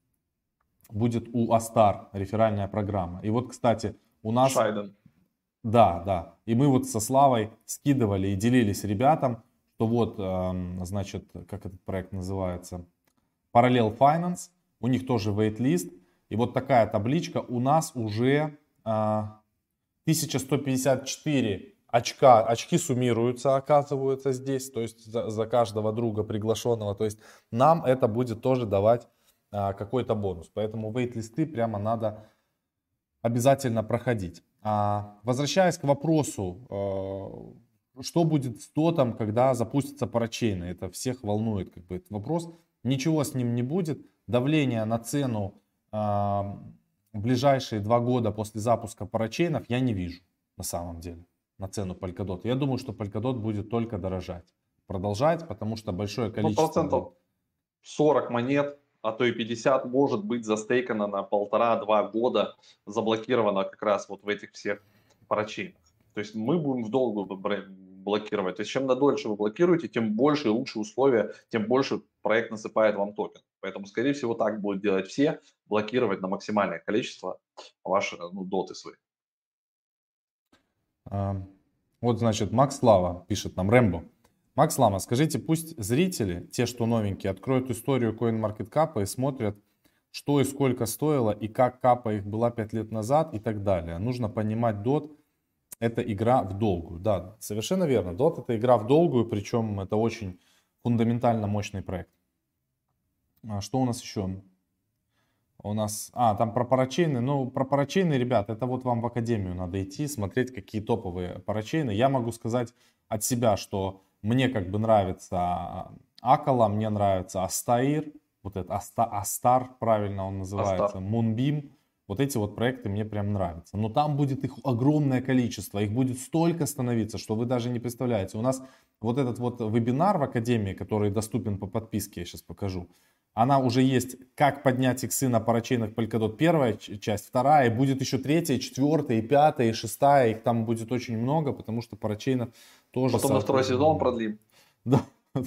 [SPEAKER 1] будет у Astar реферальная программа. И вот, кстати, у нас...
[SPEAKER 2] Шайден.
[SPEAKER 1] Да, да. И мы вот со Славой скидывали и делились ребятам, что вот, значит, как этот проект называется, Parallel Finance, у них тоже wait-лист. И вот такая табличка, у нас уже тысяча сто пятьдесят четыре очка, очки суммируются, оказываются здесь, то есть за, за каждого друга приглашенного. То есть нам это будет тоже давать какой-то бонус. Поэтому wait-листы прямо надо обязательно проходить. А, возвращаясь к вопросу, э, что будет с дотом, когда запустится парачейны, это всех волнует как бы этот вопрос. Ничего с ним не будет. Давление на цену э, в ближайшие два года после запуска парачейнов я не вижу на самом деле, на цену Polkadot. Я думаю, что Polkadot будет только дорожать, продолжать, потому что большое
[SPEAKER 2] Ну,
[SPEAKER 1] количество...
[SPEAKER 2] процентов сорок монет, а то и пятьдесят может быть застейкано на полтора-два года, заблокировано как раз вот в этих всех парачейнах. То есть мы будем в долгую блокировать. То есть чем на дольше вы блокируете, тем больше и лучше условия, тем больше проект насыпает вам токен. Поэтому, скорее всего, так будут делать все, блокировать на максимальное количество ваши ну, доты свои.
[SPEAKER 1] А, вот, значит, Макс Слава пишет нам, Рэмбо. Макс Лама, скажите, пусть зрители, те, что новенькие, откроют историю CoinMarketCap и смотрят, что и сколько стоило, и как капа их была пять лет назад и так далее. Нужно понимать, дот это игра в долгую. Да, совершенно верно. дот это игра в долгую, причем это очень фундаментально мощный проект. А что у нас еще? У нас, а, там про парачейны. Ну, про парачейны, ребят, это вот вам в академию надо идти, смотреть, какие топовые парачейны. Я могу сказать от себя, что мне как бы нравится Акала, мне нравится Астаир, вот это Аста, Астар, правильно он называется, Moonbeam. Вот эти вот проекты мне прям нравятся. Но там будет их огромное количество, их будет столько становиться, что вы даже не представляете. У нас вот этот вот вебинар в академии, который доступен по подписке, я сейчас покажу. Она уже есть, как поднять иксы на парачейнах Polkadot, первая часть, вторая, и будет еще третья, четвертая, и пятая, и шестая, их там будет очень много, потому что парачейнов тоже...
[SPEAKER 2] Потом на второй сезон продлим.
[SPEAKER 1] Да,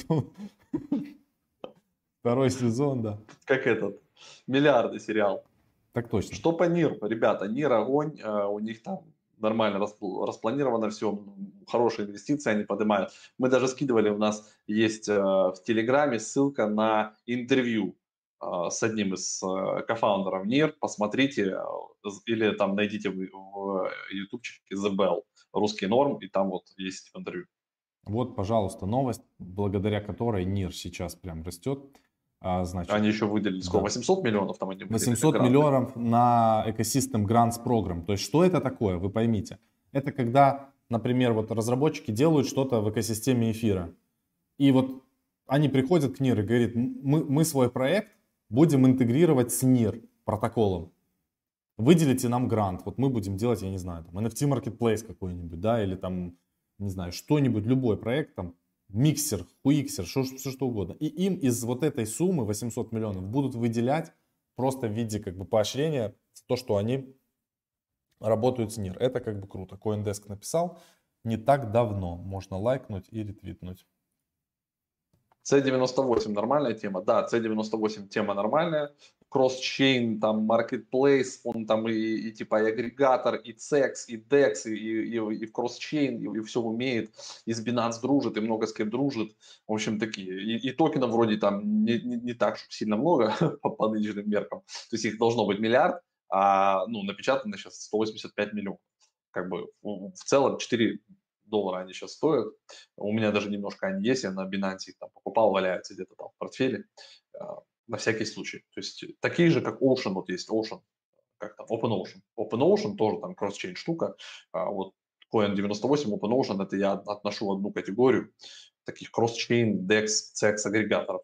[SPEAKER 1] второй сезон, да.
[SPEAKER 2] Как этот, миллиарды сериал.
[SPEAKER 1] Так точно.
[SPEAKER 2] Что по НИР, ребята, НИР огонь, у них там нормально распланировано все, хорошие инвестиции они поднимают. Мы даже скидывали, у нас есть в Телеграме ссылка на интервью а, с одним из э, кофаундеров НИР, посмотрите, э, или там найдите в, в ютубчике The Bell, русский норм, и там вот есть интервью.
[SPEAKER 1] Вот, пожалуйста, новость, благодаря которой НИР сейчас прям растет. А, значит,
[SPEAKER 2] Они еще выделили сколько?
[SPEAKER 1] да,
[SPEAKER 2] восемьсот миллионов там они выделили на
[SPEAKER 1] восемьсот
[SPEAKER 2] гранты.
[SPEAKER 1] миллионов на Ecosystem Grants Program. То есть, что это такое, вы поймите. Это когда, например, вот разработчики делают что-то в экосистеме эфира. И вот они приходят к НИР и говорят, мы, мы свой проект будем интегрировать с НИР протоколом. Выделите нам грант. Вот мы будем делать, я не знаю, там эн эф ти Marketplace какой-нибудь, да, или там, не знаю, что-нибудь, любой проект, там, миксер, хуиксер, что, все что угодно. И им из вот этой суммы восемьсот миллионов будут выделять просто в виде как бы поощрения то, что они работают с НИР. Это как бы круто. CoinDesk написал не так давно. Можно лайкнуть и ретвитнуть.
[SPEAKER 2] си девяносто восемь нормальная тема? Да, си девяносто восемь тема нормальная. Кросс-чейн, там, marketplace, он там и, и типа и агрегатор, и цекс, и декс, и, и, и в кросс-чейн, и, и все умеет, и с Binance дружит, и много с кем дружит. В общем, такие. И, и токенов вроде там не, не, не так сильно много по, по нынешним меркам. То есть их должно быть миллиард, а ну, напечатано сейчас сто восемьдесят пять миллионов. Как бы в, в целом четыре доллара они сейчас стоят. У меня даже немножко они есть, я на Binance их там покупал, валяются где-то там в портфеле, э, на всякий случай. То есть такие же, как Ocean, вот есть Ocean, как там, OpenOcean. OpenOcean тоже там кросс-чейн штука. А вот Coin девяносто восемь, OpenOcean, это я отношу в одну категорию таких кросс-чейн, декс, цекс агрегаторов.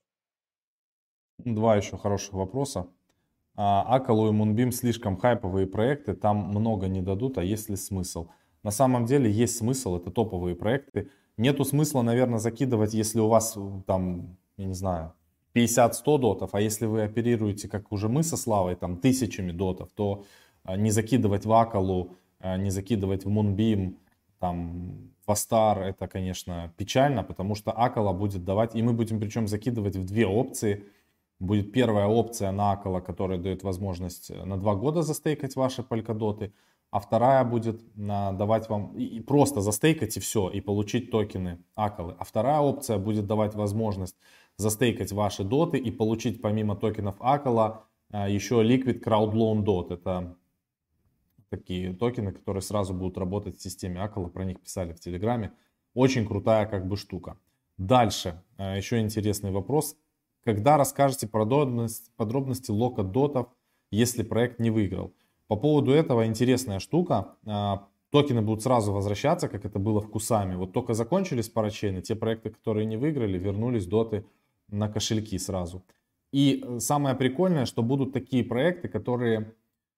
[SPEAKER 1] Два еще хороших вопроса. Акалу и Moonbeam слишком хайповые проекты, там много не дадут, а есть ли смысл? На самом деле есть смысл, это топовые проекты. Нету смысла, наверное, закидывать, если у вас там, я не знаю, пятьдесят-сто дотов, а если вы оперируете, как уже мы со Славой, там тысячами дотов, то не закидывать в Акалу, не закидывать в Moonbeam, там, в Astar, это, конечно, печально, потому что Акала будет давать, и мы будем причем закидывать в две опции. Будет первая опция на Акала, которая дает возможность на два года застейкать ваши полькадоты, а вторая будет на, давать вам и, и просто застейкать и все, и получить токены Акалы. А вторая опция будет давать возможность застейкать ваши доты и получить помимо токенов Акала еще Liquid Crowd Loan Dot. Это такие токены, которые сразу будут работать в системе Акала, про них писали в Телеграме. Очень крутая как бы штука. Дальше, еще интересный вопрос. Когда расскажете подробности, подробности лока дотов, если проект не выиграл? По поводу этого интересная штука. Токены будут сразу возвращаться, как это было в Кусами. Вот только закончились парачейны, те проекты, которые не выиграли, вернулись доты на кошельки сразу. И самое прикольное, что будут такие проекты, которые...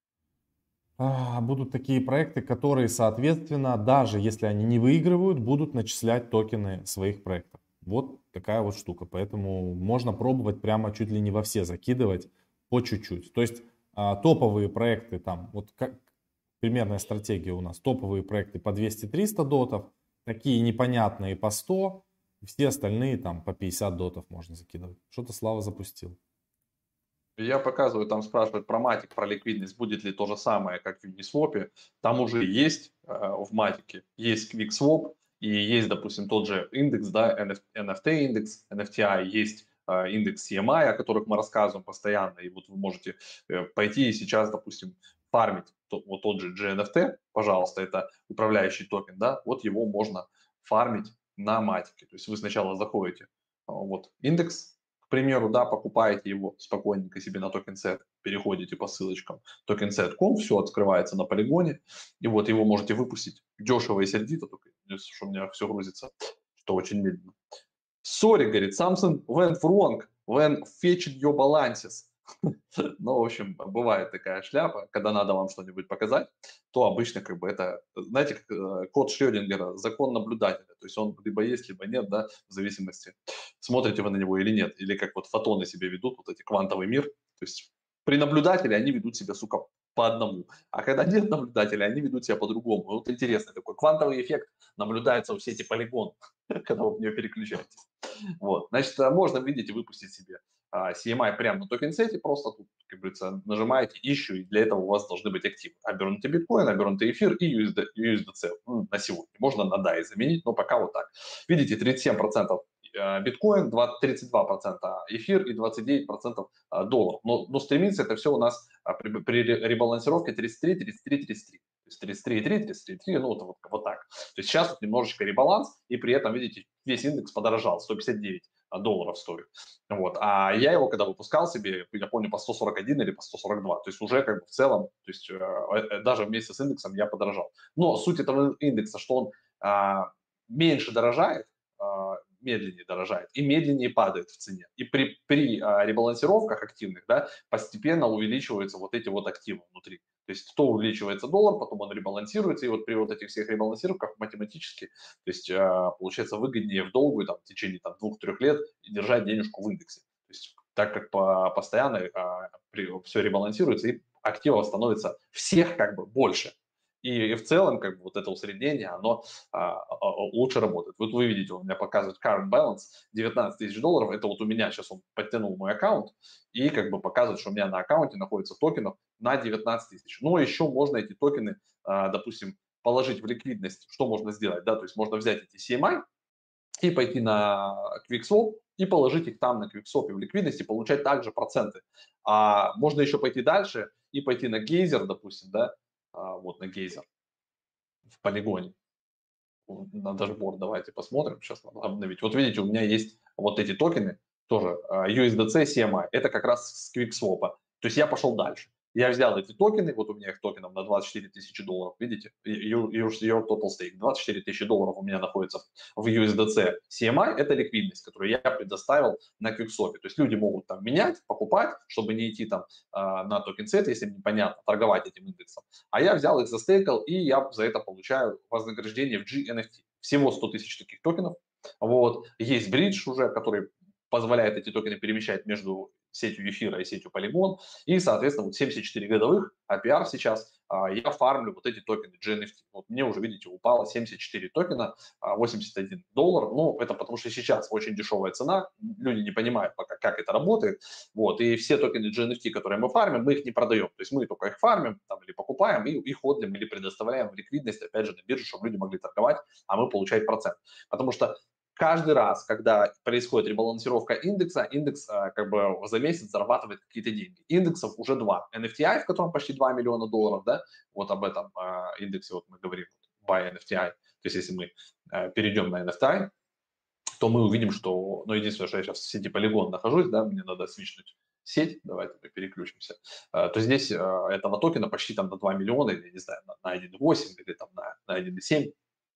[SPEAKER 1] Будут такие проекты, которые, соответственно, даже если они не выигрывают, будут начислять токены своих проектов. Вот такая вот штука. Поэтому можно пробовать прямо чуть ли не во все закидывать по чуть-чуть. То есть топовые проекты там, вот как примерная стратегия у нас, топовые проекты по двести-триста дотов, такие непонятные по сто, все остальные там по пятьдесят дотов можно закидывать. Что-то Слава запустил.
[SPEAKER 2] Я показываю, там спрашивают про матик, про ликвидность, будет ли то же самое, как в Uniswap. Там уже есть э, в матике, есть QuickSwap, и есть, допустим, тот же индекс, да, эн эф ти индекс, эн эф ти ай, есть э, индекс си эм ай, о которых мы рассказываем постоянно, и вот вы можете э, пойти и сейчас, допустим, фармить то, вот тот же джи эн эф ти, пожалуйста, это управляющий токен, да, вот его можно фармить на матике. То есть вы сначала заходите, э, вот индекс, к примеру, да, покупаете его спокойненько себе на TokenSet, переходите по ссылочкам токенсет точка ком, все открывается на полигоне, и вот его можете выпустить дешево и сердито, только что у меня все грузится, что очень медленно. Sorry, говорит, something went wrong when fetched your balances. Ну, в общем, бывает такая шляпа, когда надо вам что-нибудь показать, то обычно как бы это, знаете, как код Шрёдингера, закон наблюдателя, то есть он либо есть, либо нет, да, в зависимости, смотрите вы на него или нет, или как вот фотоны себя ведут, вот эти квантовый мир, то есть при наблюдателе они ведут себя, сука, по одному, а когда нет наблюдателя, они ведут себя по-другому. Вот интересный такой квантовый эффект наблюдается у сети Polygon, когда вы в нее переключаетесь. Вот, значит, можно, видите, выпустить себе си эм ай прямо на токенсете, просто тут, как говорится, нажимаете issue, и для этого у вас должны быть активы. Обернутый биткоин, обернутый эфир и ю эс ди си ну, на сегодня. Можно на дай заменить, но пока вот так. Видите, тридцать семь процентов биткоин, тридцать два процента эфир и двадцать девять процентов доллар. Но, но стремится это все у нас при, при ребалансировке тридцать три, тридцать три, тридцать три. То есть тридцать три и три, тридцать три и три, ну вот, вот, вот так. То есть сейчас вот немножечко ребаланс, и при этом, видите, весь индекс подорожал, сто пятьдесят девять долларов стоит. Вот. А я его, когда выпускал себе, я помню, по сто сорок один или по сто сорок два. То есть уже как бы в целом, то есть э, даже вместе с индексом я подорожал. Но суть этого индекса, что он э, меньше дорожает, э, медленнее дорожает и медленнее падает в цене. И при, при э, ребалансировках активных, да, постепенно увеличиваются вот эти вот активы внутри. То есть то увеличивается доллар, потом он ребалансируется, и вот при вот этих всех ребалансировках математически, то есть э, получается выгоднее в долгую, там, в течение там, двух-трех лет держать денежку в индексе. То есть так как по, постоянно э, при, все ребалансируется, и активов становится всех как бы больше. И, и в целом, как бы, вот это усреднение, оно а, а, лучше работает. Вот вы видите, у меня показывает current balance девятнадцать тысяч долларов. Это вот у меня сейчас он подтянул мой аккаунт и как бы показывает, что у меня на аккаунте находится токенов на девятнадцать тысяч. Но еще можно эти токены, а, допустим, положить в ликвидность. Что можно сделать? Да? То есть можно взять эти си эм ай и пойти на QuickSwap и положить их там на QuickSwap в ликвидности, получать также проценты. А можно еще пойти дальше и пойти на Geyser, допустим, да, вот на Geyser в полигоне, на дашборд давайте посмотрим, сейчас надо обновить. Вот видите, у меня есть вот эти токены, тоже ю эс ди си, си эм ай, это как раз с QuickSwap. То есть я пошел дальше. Я взял эти токены, вот у меня их токенов на двадцать четыре тысячи долларов, видите, your, your total stake, двадцать четыре тысячи долларов у меня находится в ю эс ди си. си эм ай – это ликвидность, которую я предоставил на QuickSwap. То есть люди могут там менять, покупать, чтобы не идти там на токен-сет, если им непонятно, торговать этим индексом. А я взял их, застейкал, и я за это получаю вознаграждение в джи эн эф ти. Всего сто тысяч таких токенов. Вот. Есть бридж уже, который позволяет эти токены перемещать между сетью эфира и сетью Polygon. И, соответственно, вот семьдесят четыре годовых эй пи ар сейчас а, я фармлю вот эти токены джи эн эф ти. Вот мне уже, видите, упало семьдесят четыре токена, а, восемьдесят один доллар. Ну, это потому что сейчас очень дешевая цена. Люди не понимают пока, как это работает. Вот. И все токены джи эн эф ти, которые мы фармим, мы их не продаем. То есть мы только их фармим там, или покупаем, и их ходлим, или предоставляем в ликвидность, опять же, на биржу, чтобы люди могли торговать, а мы получать процент. Потому что каждый раз, когда происходит ребалансировка индекса, индекс а, как бы за месяц зарабатывает какие-то деньги. Индексов уже два. эн эф ти ай, в котором почти два миллиона долларов, да, вот об этом а, индексе вот мы говорим, buy эн эф ти ай. То есть если мы а, перейдем на эн эф ти ай, то мы увидим, что, ну, единственное, что я сейчас в сети Polygon нахожусь, да, мне надо свичнуть сеть, давайте мы переключимся, а, то здесь а, этого токена почти там на два миллиона, или, не знаю, на, на один и восемь, или там на, на один и семь.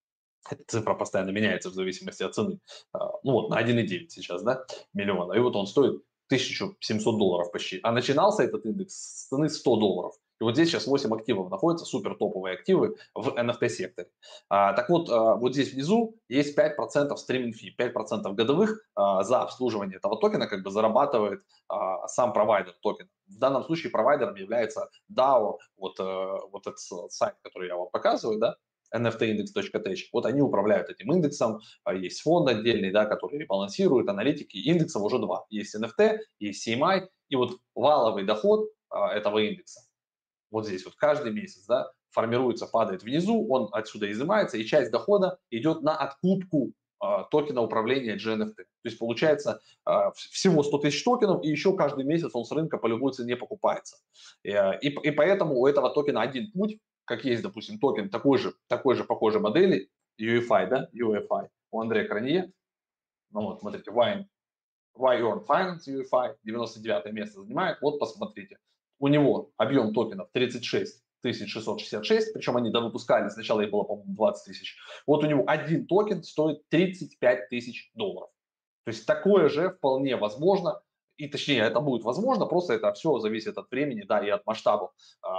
[SPEAKER 2] Эта цифра постоянно меняется в зависимости от цены. Ну вот, на один и девять сейчас, да, миллиона. И вот он стоит тысячу семьсот долларов почти. А начинался этот индекс с цены сто долларов. И вот здесь сейчас восемь активов находятся, супер топовые активы в эн эф ти-секторе. А, так вот, а, вот здесь внизу есть пять процентов стриминг фи, пять процентов годовых а, за обслуживание этого токена как бы зарабатывает а, сам провайдер токена. В данном случае провайдером является дао, вот, а, вот этот сайт, который я вам показываю, да, эн эф ти индекс точка тэч. Вот они управляют этим индексом, есть фонд отдельный, да, который ребалансирует, аналитики. Индексов уже два. Есть эн эф ти, есть си эм ай, и вот валовый доход а, этого индекса. Вот здесь вот каждый месяц, да, формируется, падает внизу, он отсюда изымается, и часть дохода идет на откупку а, токена управления джи эн эф ти. То есть получается а, всего сто тысяч токенов, и еще каждый месяц он с рынка по любой цене покупается. И, и, и поэтому у этого токена один путь, как есть, допустим, токен такой же, такой же похожей модели, ю эф ай, да, ю эф ай, у Андрея Кранье. Ну вот, смотрите, Why, Why Earn Finance ю эф ай, девяносто девятое место занимает. Вот, посмотрите, у него объем токенов тридцать шесть тысяч шестьсот шестьдесят шесть, причем они довыпускали, сначала их было, по-моему, двадцать тысяч. Вот у него один токен стоит тридцать пять тысяч долларов. То есть такое же вполне возможно, и точнее, это будет возможно, просто это все зависит от времени, да, и от масштаба,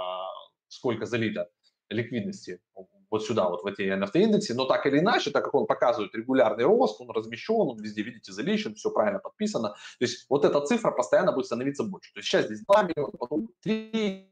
[SPEAKER 2] сколько залито ликвидности вот сюда, вот в эти эн эф ти-индексы, но так или иначе, так как он показывает регулярный рост, он размещен, он везде, видите, залищен, все правильно подписано, то есть вот эта цифра постоянно будет становиться больше. То есть сейчас здесь два миллиона, потом три,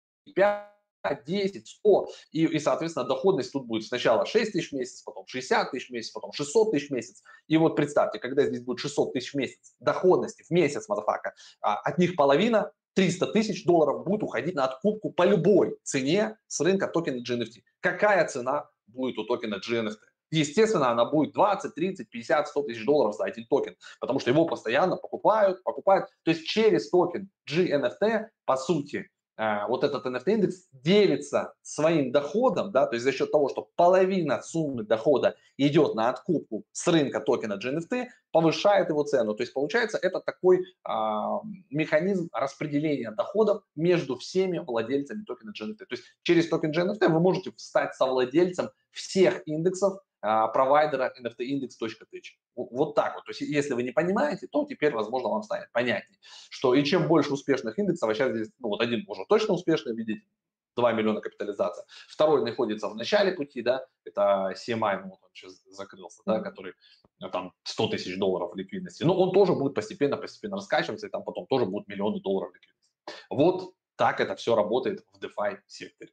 [SPEAKER 2] пять, десять, сто, и, и, соответственно, доходность тут будет сначала шесть тысяч в месяц, потом шестьдесят тысяч в месяц, потом шестьсот тысяч в месяц. И вот представьте, когда здесь будет шестьсот тысяч в месяц доходности, в месяц, мазафака, от них половина, триста тысяч долларов будет уходить на откупку по любой цене с рынка токена джи эн эф ти. Какая цена будет у токена джи эн эф ти? естественно, она будет двадцать, тридцать, пятьдесят, сто тысяч долларов за один токен, потому что его постоянно покупают, покупают. То есть через токен джи эн эф ти, по сути, вот этот эн эф ти-индекс делится своим доходом, да, то есть за счет того, что половина суммы дохода идет на откупку с рынка токена джи эн эф ти, повышает его цену. То есть получается это такой а, механизм распределения доходов между всеми владельцами токена джи эн эф ти. То есть через токен джи эн эф ти вы можете стать совладельцем всех индексов а, провайдера эн эф ти индекс точка тыч. Вот так вот. То есть если вы не понимаете, то теперь, возможно, вам станет понятнее, что и чем больше успешных индексов, а сейчас здесь, ну вот один уже точно успешный, видите, два миллиона капитализация. Второй находится в начале пути, да, это си эм ай, ну вот он сейчас закрылся, да, который там сто тысяч долларов ликвидности. Но он тоже будет постепенно, постепенно раскачиваться, и там потом тоже будут миллионы долларов ликвидности. Вот так это все работает в DeFi секторе.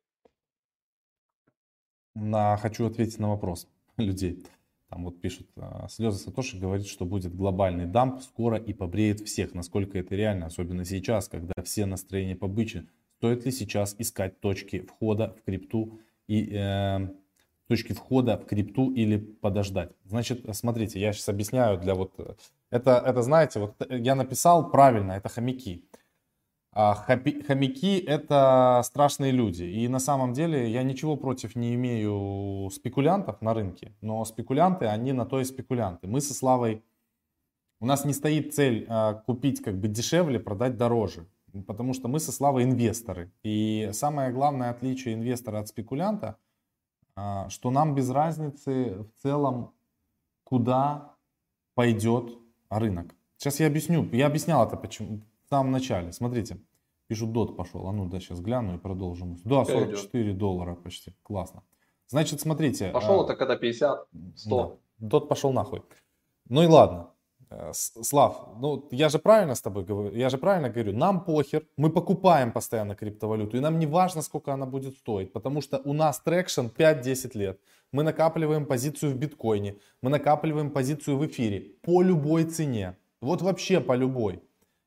[SPEAKER 1] На, хочу ответить на вопрос людей. Там вот пишут, слезы Сатоши говорит, что будет глобальный дамп скоро и побреет всех. Насколько это реально, особенно сейчас, когда все настроения побычны. Стоит ли сейчас искать точки входа в крипту и э, точки входа в крипту или подождать? Значит, смотрите, я сейчас объясняю для вот это, это знаете, вот я написал правильно, это хомяки. А хомяки это страшные люди. И на самом деле я ничего против не имею спекулянтов на рынке, но спекулянты, они на то и спекулянты. Мы со Славой, у нас не стоит цель а, купить как бы дешевле, продать дороже. Потому что мы со Славой инвесторы. И самое главное отличие инвестора от спекулянта, а, что нам без разницы в целом, куда пойдет рынок. Сейчас я объясню. Я объяснял это почему. В самом начале, смотрите, пишут, дот пошел, а ну да, сейчас гляну и продолжим. Да, сорок четыре доллара почти, классно. Значит, смотрите.
[SPEAKER 2] Пошел а, это когда пятьдесят, сто.
[SPEAKER 1] Да, дот пошел нахуй. Ну и ладно, Слав, ну я же правильно с тобой говорю, я же правильно говорю, нам похер, мы покупаем постоянно криптовалюту, и нам не важно, сколько она будет стоить, потому что у нас трекшн пять-десять лет. Мы накапливаем позицию в биткоине, мы накапливаем позицию в эфире по любой цене, вот вообще по любой.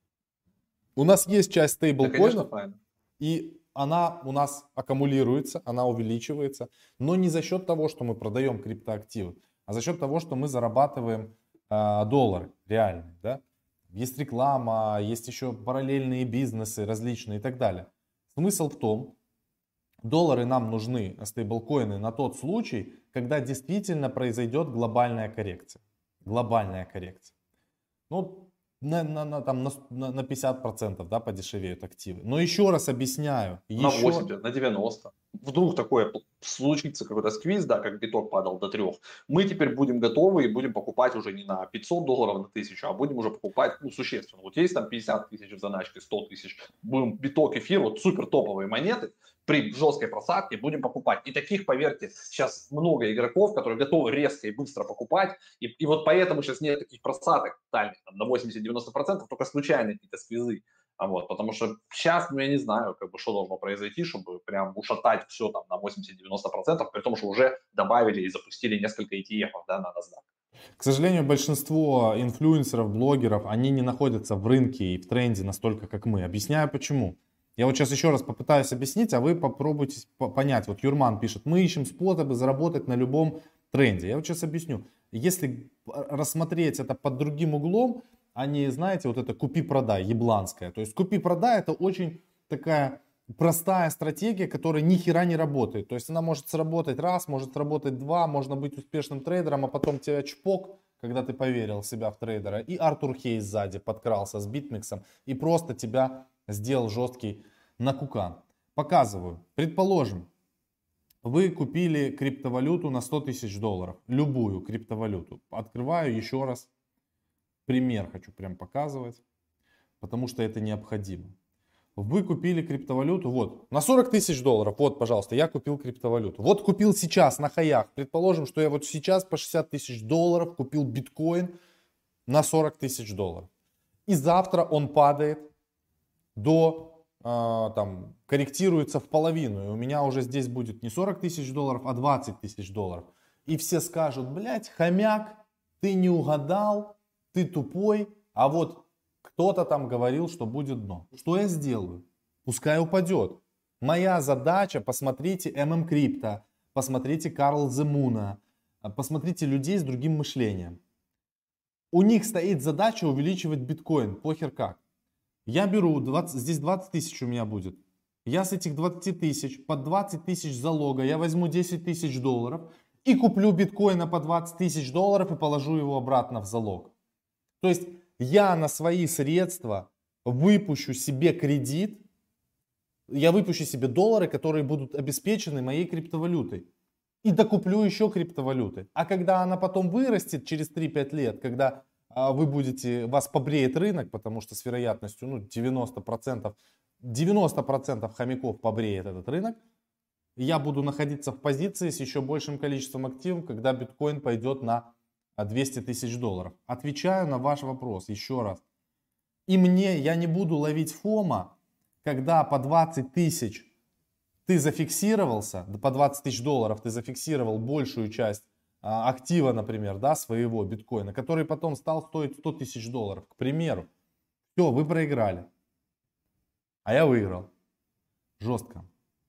[SPEAKER 1] У нас есть часть стейблкоинов, да, и она у нас аккумулируется, она увеличивается, но не за счет того, что мы продаем криптоактивы, а за счет того, что мы зарабатываем э, доллары реальные. Да? Есть реклама, есть еще параллельные бизнесы различные и так далее. Смысл в том, доллары нам нужны, стейблкоины, на тот случай, когда действительно произойдет глобальная коррекция. Глобальная коррекция. Ну, На, на, на, там, на, на пятьдесят процентов, да, подешевеют активы. Но еще раз объясняю.
[SPEAKER 2] На
[SPEAKER 1] еще...
[SPEAKER 2] восемьдесят, на девяносто. Вдруг такое случится, какой-то сквиз, да, как биток падал до трех. Мы теперь будем готовы и будем покупать уже не на пятьсот долларов на тысячу, а будем уже покупать, ну, существенно. Вот есть там пятьдесят тысяч в заначке, сто тысяч. Будем биток, эфир, вот супер топовые монеты при жесткой просадке будем покупать. И таких, поверьте, сейчас много игроков, которые готовы резко и быстро покупать. И, и вот поэтому сейчас нет таких просадок тотальных, там, на восемьдесят-девяносто процентов, только случайные какие-то сквизы. А вот, потому что сейчас, ну, я не знаю, как бы, что должно произойти, чтобы прям ушатать все там на восемьдесят-девяносто процентов, при том, что уже добавили и запустили несколько и ти эф, да, на NASDAQ.
[SPEAKER 1] К сожалению, большинство инфлюенсеров, блогеров, они не находятся в рынке и в тренде настолько, как мы. Объясняю почему. Я вот сейчас еще раз попытаюсь объяснить, а вы попробуйте понять. Вот Юрман пишет, мы ищем способы заработать на любом тренде. Я вот сейчас объясню. Если рассмотреть это под другим углом, а не, знаете, вот это купи-продай, ебланская. То есть купи-продай это очень такая простая стратегия, которая ни хера не работает. То есть она может сработать раз, может сработать два, можно быть успешным трейдером, а потом тебя чпок, когда ты поверил в себя в трейдера, и Артур Хейс сзади подкрался с битмиксом и просто тебя сделал жесткий накукан. Показываю. Предположим, вы купили криптовалюту на сто тысяч долларов. Любую криптовалюту. Открываю еще раз. Пример хочу прям показывать. Потому что это необходимо. Вы купили криптовалюту. Вот. На сорок тысяч долларов. Вот, пожалуйста, я купил криптовалюту. Вот купил сейчас на хаях. Предположим, что я вот сейчас по шестьдесят тысяч долларов купил биткоин на сорок тысяч долларов. И завтра он падает до, э, там, корректируется в половину. И у меня уже здесь будет не сорок тысяч долларов, а двадцать тысяч долларов. И все скажут, блядь, хомяк, ты не угадал, ты тупой. А вот кто-то там говорил, что будет дно. Что я сделаю? Пускай упадет. Моя задача, посмотрите эм эм Crypto, посмотрите Карл Земуна, посмотрите людей с другим мышлением. У них стоит задача увеличивать биткоин, похер как. Я беру, двадцать, здесь двадцать тысяч у меня будет. Я с этих двадцати тысяч, под двадцать тысяч залога, я возьму десять тысяч долларов и куплю биткоина по двадцать тысяч долларов и положу его обратно в залог. То есть я на свои средства выпущу себе кредит, я выпущу себе доллары, которые будут обеспечены моей криптовалютой. И докуплю еще криптовалюты. А когда она потом вырастет через три-пять лет, когда а, вы будете, вас побреет рынок, потому что с вероятностью ну, девяносто процентов, девяносто процентов хомяков побреет этот рынок, я буду находиться в позиции с еще большим количеством активов, когда биткоин пойдет на двести тысяч долларов. Отвечаю на ваш вопрос еще раз. И мне, я не буду ловить фома, когда по двадцать тысяч ты зафиксировался, по двадцать тысяч долларов ты зафиксировал большую часть а, актива, например, да, своего биткоина, который потом стал стоить сто тысяч долларов, к примеру. Все, вы проиграли. А я выиграл. Жестко.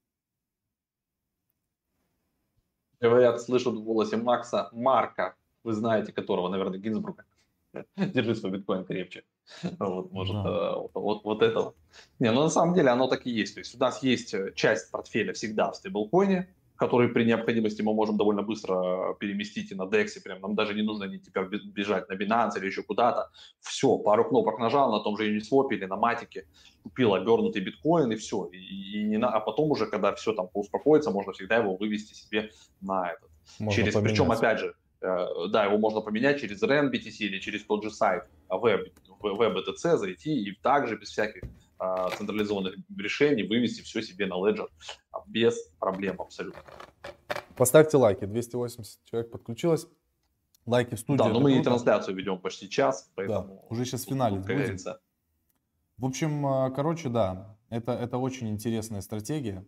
[SPEAKER 2] Говорят, слышат в голосе Макса Марка, вы знаете которого, наверное, Гинзбурга. Держи свой биткоин крепче. Вот, может,
[SPEAKER 1] Да.
[SPEAKER 2] э, вот, вот, вот это. Не, ну на самом деле оно так и есть. То есть у нас есть часть портфеля всегда в стейблкоине, который при необходимости мы можем довольно быстро переместить и на дексе. Прям нам даже не нужно не теперь бежать на Binance или еще куда-то. Все, пару кнопок нажал на том же Uniswap или на Матике, купил обернутый биткоин и все. И, и не на... А потом уже, когда все там успокоится, можно всегда его вывести себе на этот.
[SPEAKER 1] Можно
[SPEAKER 2] Через,
[SPEAKER 1] поменять.
[SPEAKER 2] причем, опять же, да, его можно поменять через рен би ти си или через тот же сайт веб би ти си, зайти и также без всяких а, централизованных решений вывести все себе на Ledger без проблем абсолютно.
[SPEAKER 1] Поставьте лайки, двести восемьдесят человек подключилось. Лайки в студии.
[SPEAKER 2] Да, но мы и трансляцию ведем почти час, поэтому...
[SPEAKER 1] Да, уже сейчас финалить будем. В общем, короче, да, это, это очень интересная стратегия.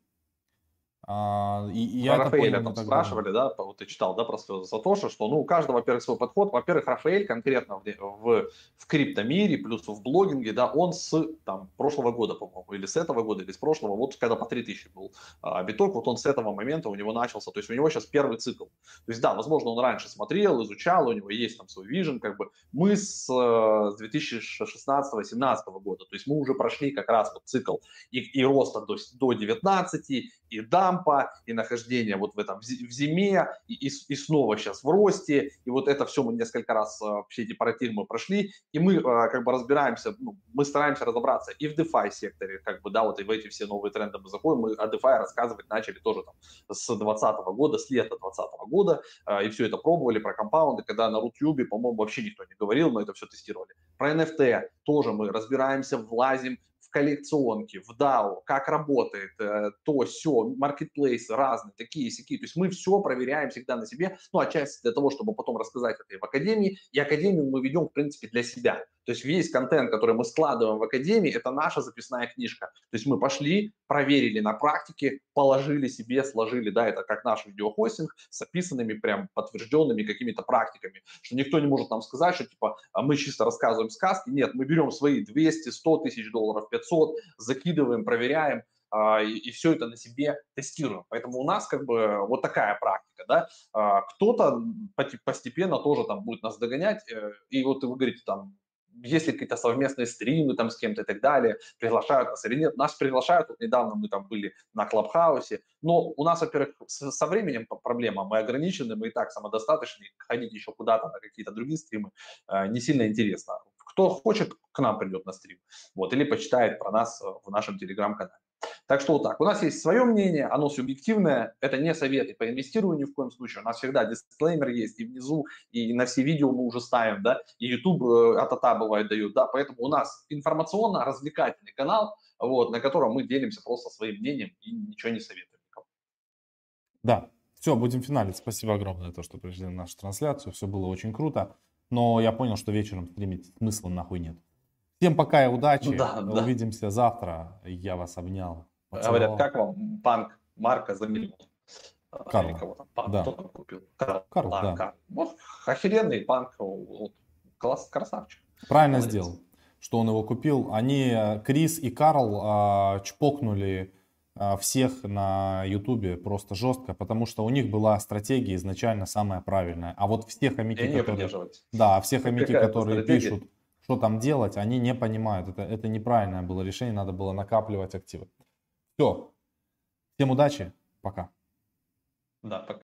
[SPEAKER 1] А, и, и я
[SPEAKER 2] Рафаэля
[SPEAKER 1] это
[SPEAKER 2] там
[SPEAKER 1] понял,
[SPEAKER 2] спрашивали, да, вот ты читал, да, про Сатоши, что, ну, у каждого, во-первых, свой подход. Во-первых, Рафаэль конкретно в, в, в криптомире, плюс в блогинге, да, он с, там, прошлого года, по-моему, или с этого года, или с прошлого, вот когда по три тысячи был а, биток, вот он с этого момента у него начался, то есть у него сейчас первый цикл. То есть, да, возможно, он раньше смотрел, изучал, у него есть там свой вижен, как бы. Мы с, с две тысячи шестнадцатого-семнадцатого года, то есть мы уже прошли как раз вот цикл и, и роста до, до девятнадцати, и дампа, и нахождение вот в этом в зиме, и, и, и снова сейчас в росте, и вот это все мы несколько раз, все эти парадигмы прошли, и мы как бы разбираемся, ну, мы стараемся разобраться и в DeFi секторе, как бы, да, вот и в эти все новые тренды мы заходим, мы о DeFi рассказывать начали тоже там с двадцатого года, с лета двадцатого года, и все это пробовали, про компаунды, когда на Рутюбе, по-моему, вообще никто не говорил, мы это все тестировали. Про эн эф ти тоже мы разбираемся, влазим в коллекционки, в дао, как работает э, то, сё, маркетплейсы разные, такие-сякие. То есть мы все проверяем всегда на себе, ну, отчасти для того, чтобы потом рассказать это и в академии. И академию мы ведем, в принципе, для себя. То есть весь контент, который мы складываем в академии, это наша записная книжка. То есть мы пошли, проверили на практике, положили себе, сложили, да, это как наш видеохостинг с описанными, прям подтвержденными какими-то практиками, что никто не может нам сказать, что типа мы чисто рассказываем сказки. Нет, мы берем свои двести, сто тысяч долларов, пятьсот, закидываем, проверяем, а, и, и все это на себе тестируем. Поэтому у нас как бы вот такая практика, да. А, кто-то постепенно тоже там будет нас догонять, и вот вы говорите там, есть ли какие-то совместные стримы там с кем-то и так далее, приглашают нас или нет. Нас приглашают, вот недавно мы там были на Клабхаусе, но у нас, во-первых, со временем проблема, мы ограничены, мы и так самодостаточны, ходить еще куда-то на какие-то другие стримы э, не сильно интересно. Кто хочет, к нам придет на стрим, вот, или почитает про нас в нашем телеграм-канале. Так что вот так. У нас есть свое мнение, оно субъективное, это не советы по инвестированию ни в коем случае. У нас всегда дисклеймер есть и внизу, и на все видео мы уже ставим, да, и YouTube э, от-ата бывает дают, да, поэтому у нас информационно-развлекательный канал, вот, на котором мы делимся просто своим мнением и ничего не советуем никому.
[SPEAKER 1] Да, все, будем финалить. Спасибо огромное за то, что пришли на нашу трансляцию, все было очень круто, но я понял, что вечером стримить смысла нахуй нет. Всем пока и удачи.
[SPEAKER 2] Да, да.
[SPEAKER 1] Увидимся завтра. Я вас обнял.
[SPEAKER 2] Поцеловал. Говорят, как вам панк Марка за миллион?
[SPEAKER 1] Карл.
[SPEAKER 2] Панк,
[SPEAKER 1] да.
[SPEAKER 2] Кто там купил? Карл.
[SPEAKER 1] Карл,
[SPEAKER 2] а,
[SPEAKER 1] да.
[SPEAKER 2] Карл. Вот, охеренный панк. Вот, класс, красавчик.
[SPEAKER 1] Правильно
[SPEAKER 2] Молодец.
[SPEAKER 1] сделал, что он его купил. Они, Крис и Карл, чпокнули а, всех на Ютубе просто жестко, потому что у них была стратегия изначально самая правильная. А вот все
[SPEAKER 2] И
[SPEAKER 1] хомяки,
[SPEAKER 2] они ее
[SPEAKER 1] которые,
[SPEAKER 2] придерживались.
[SPEAKER 1] да, все хомяки,
[SPEAKER 2] Какая-то
[SPEAKER 1] которые
[SPEAKER 2] стратегия.
[SPEAKER 1] пишут, что там делать, они не понимают. Это, это неправильное было решение, надо было накапливать активы. Все. Всем удачи. Пока.
[SPEAKER 2] Да, пока.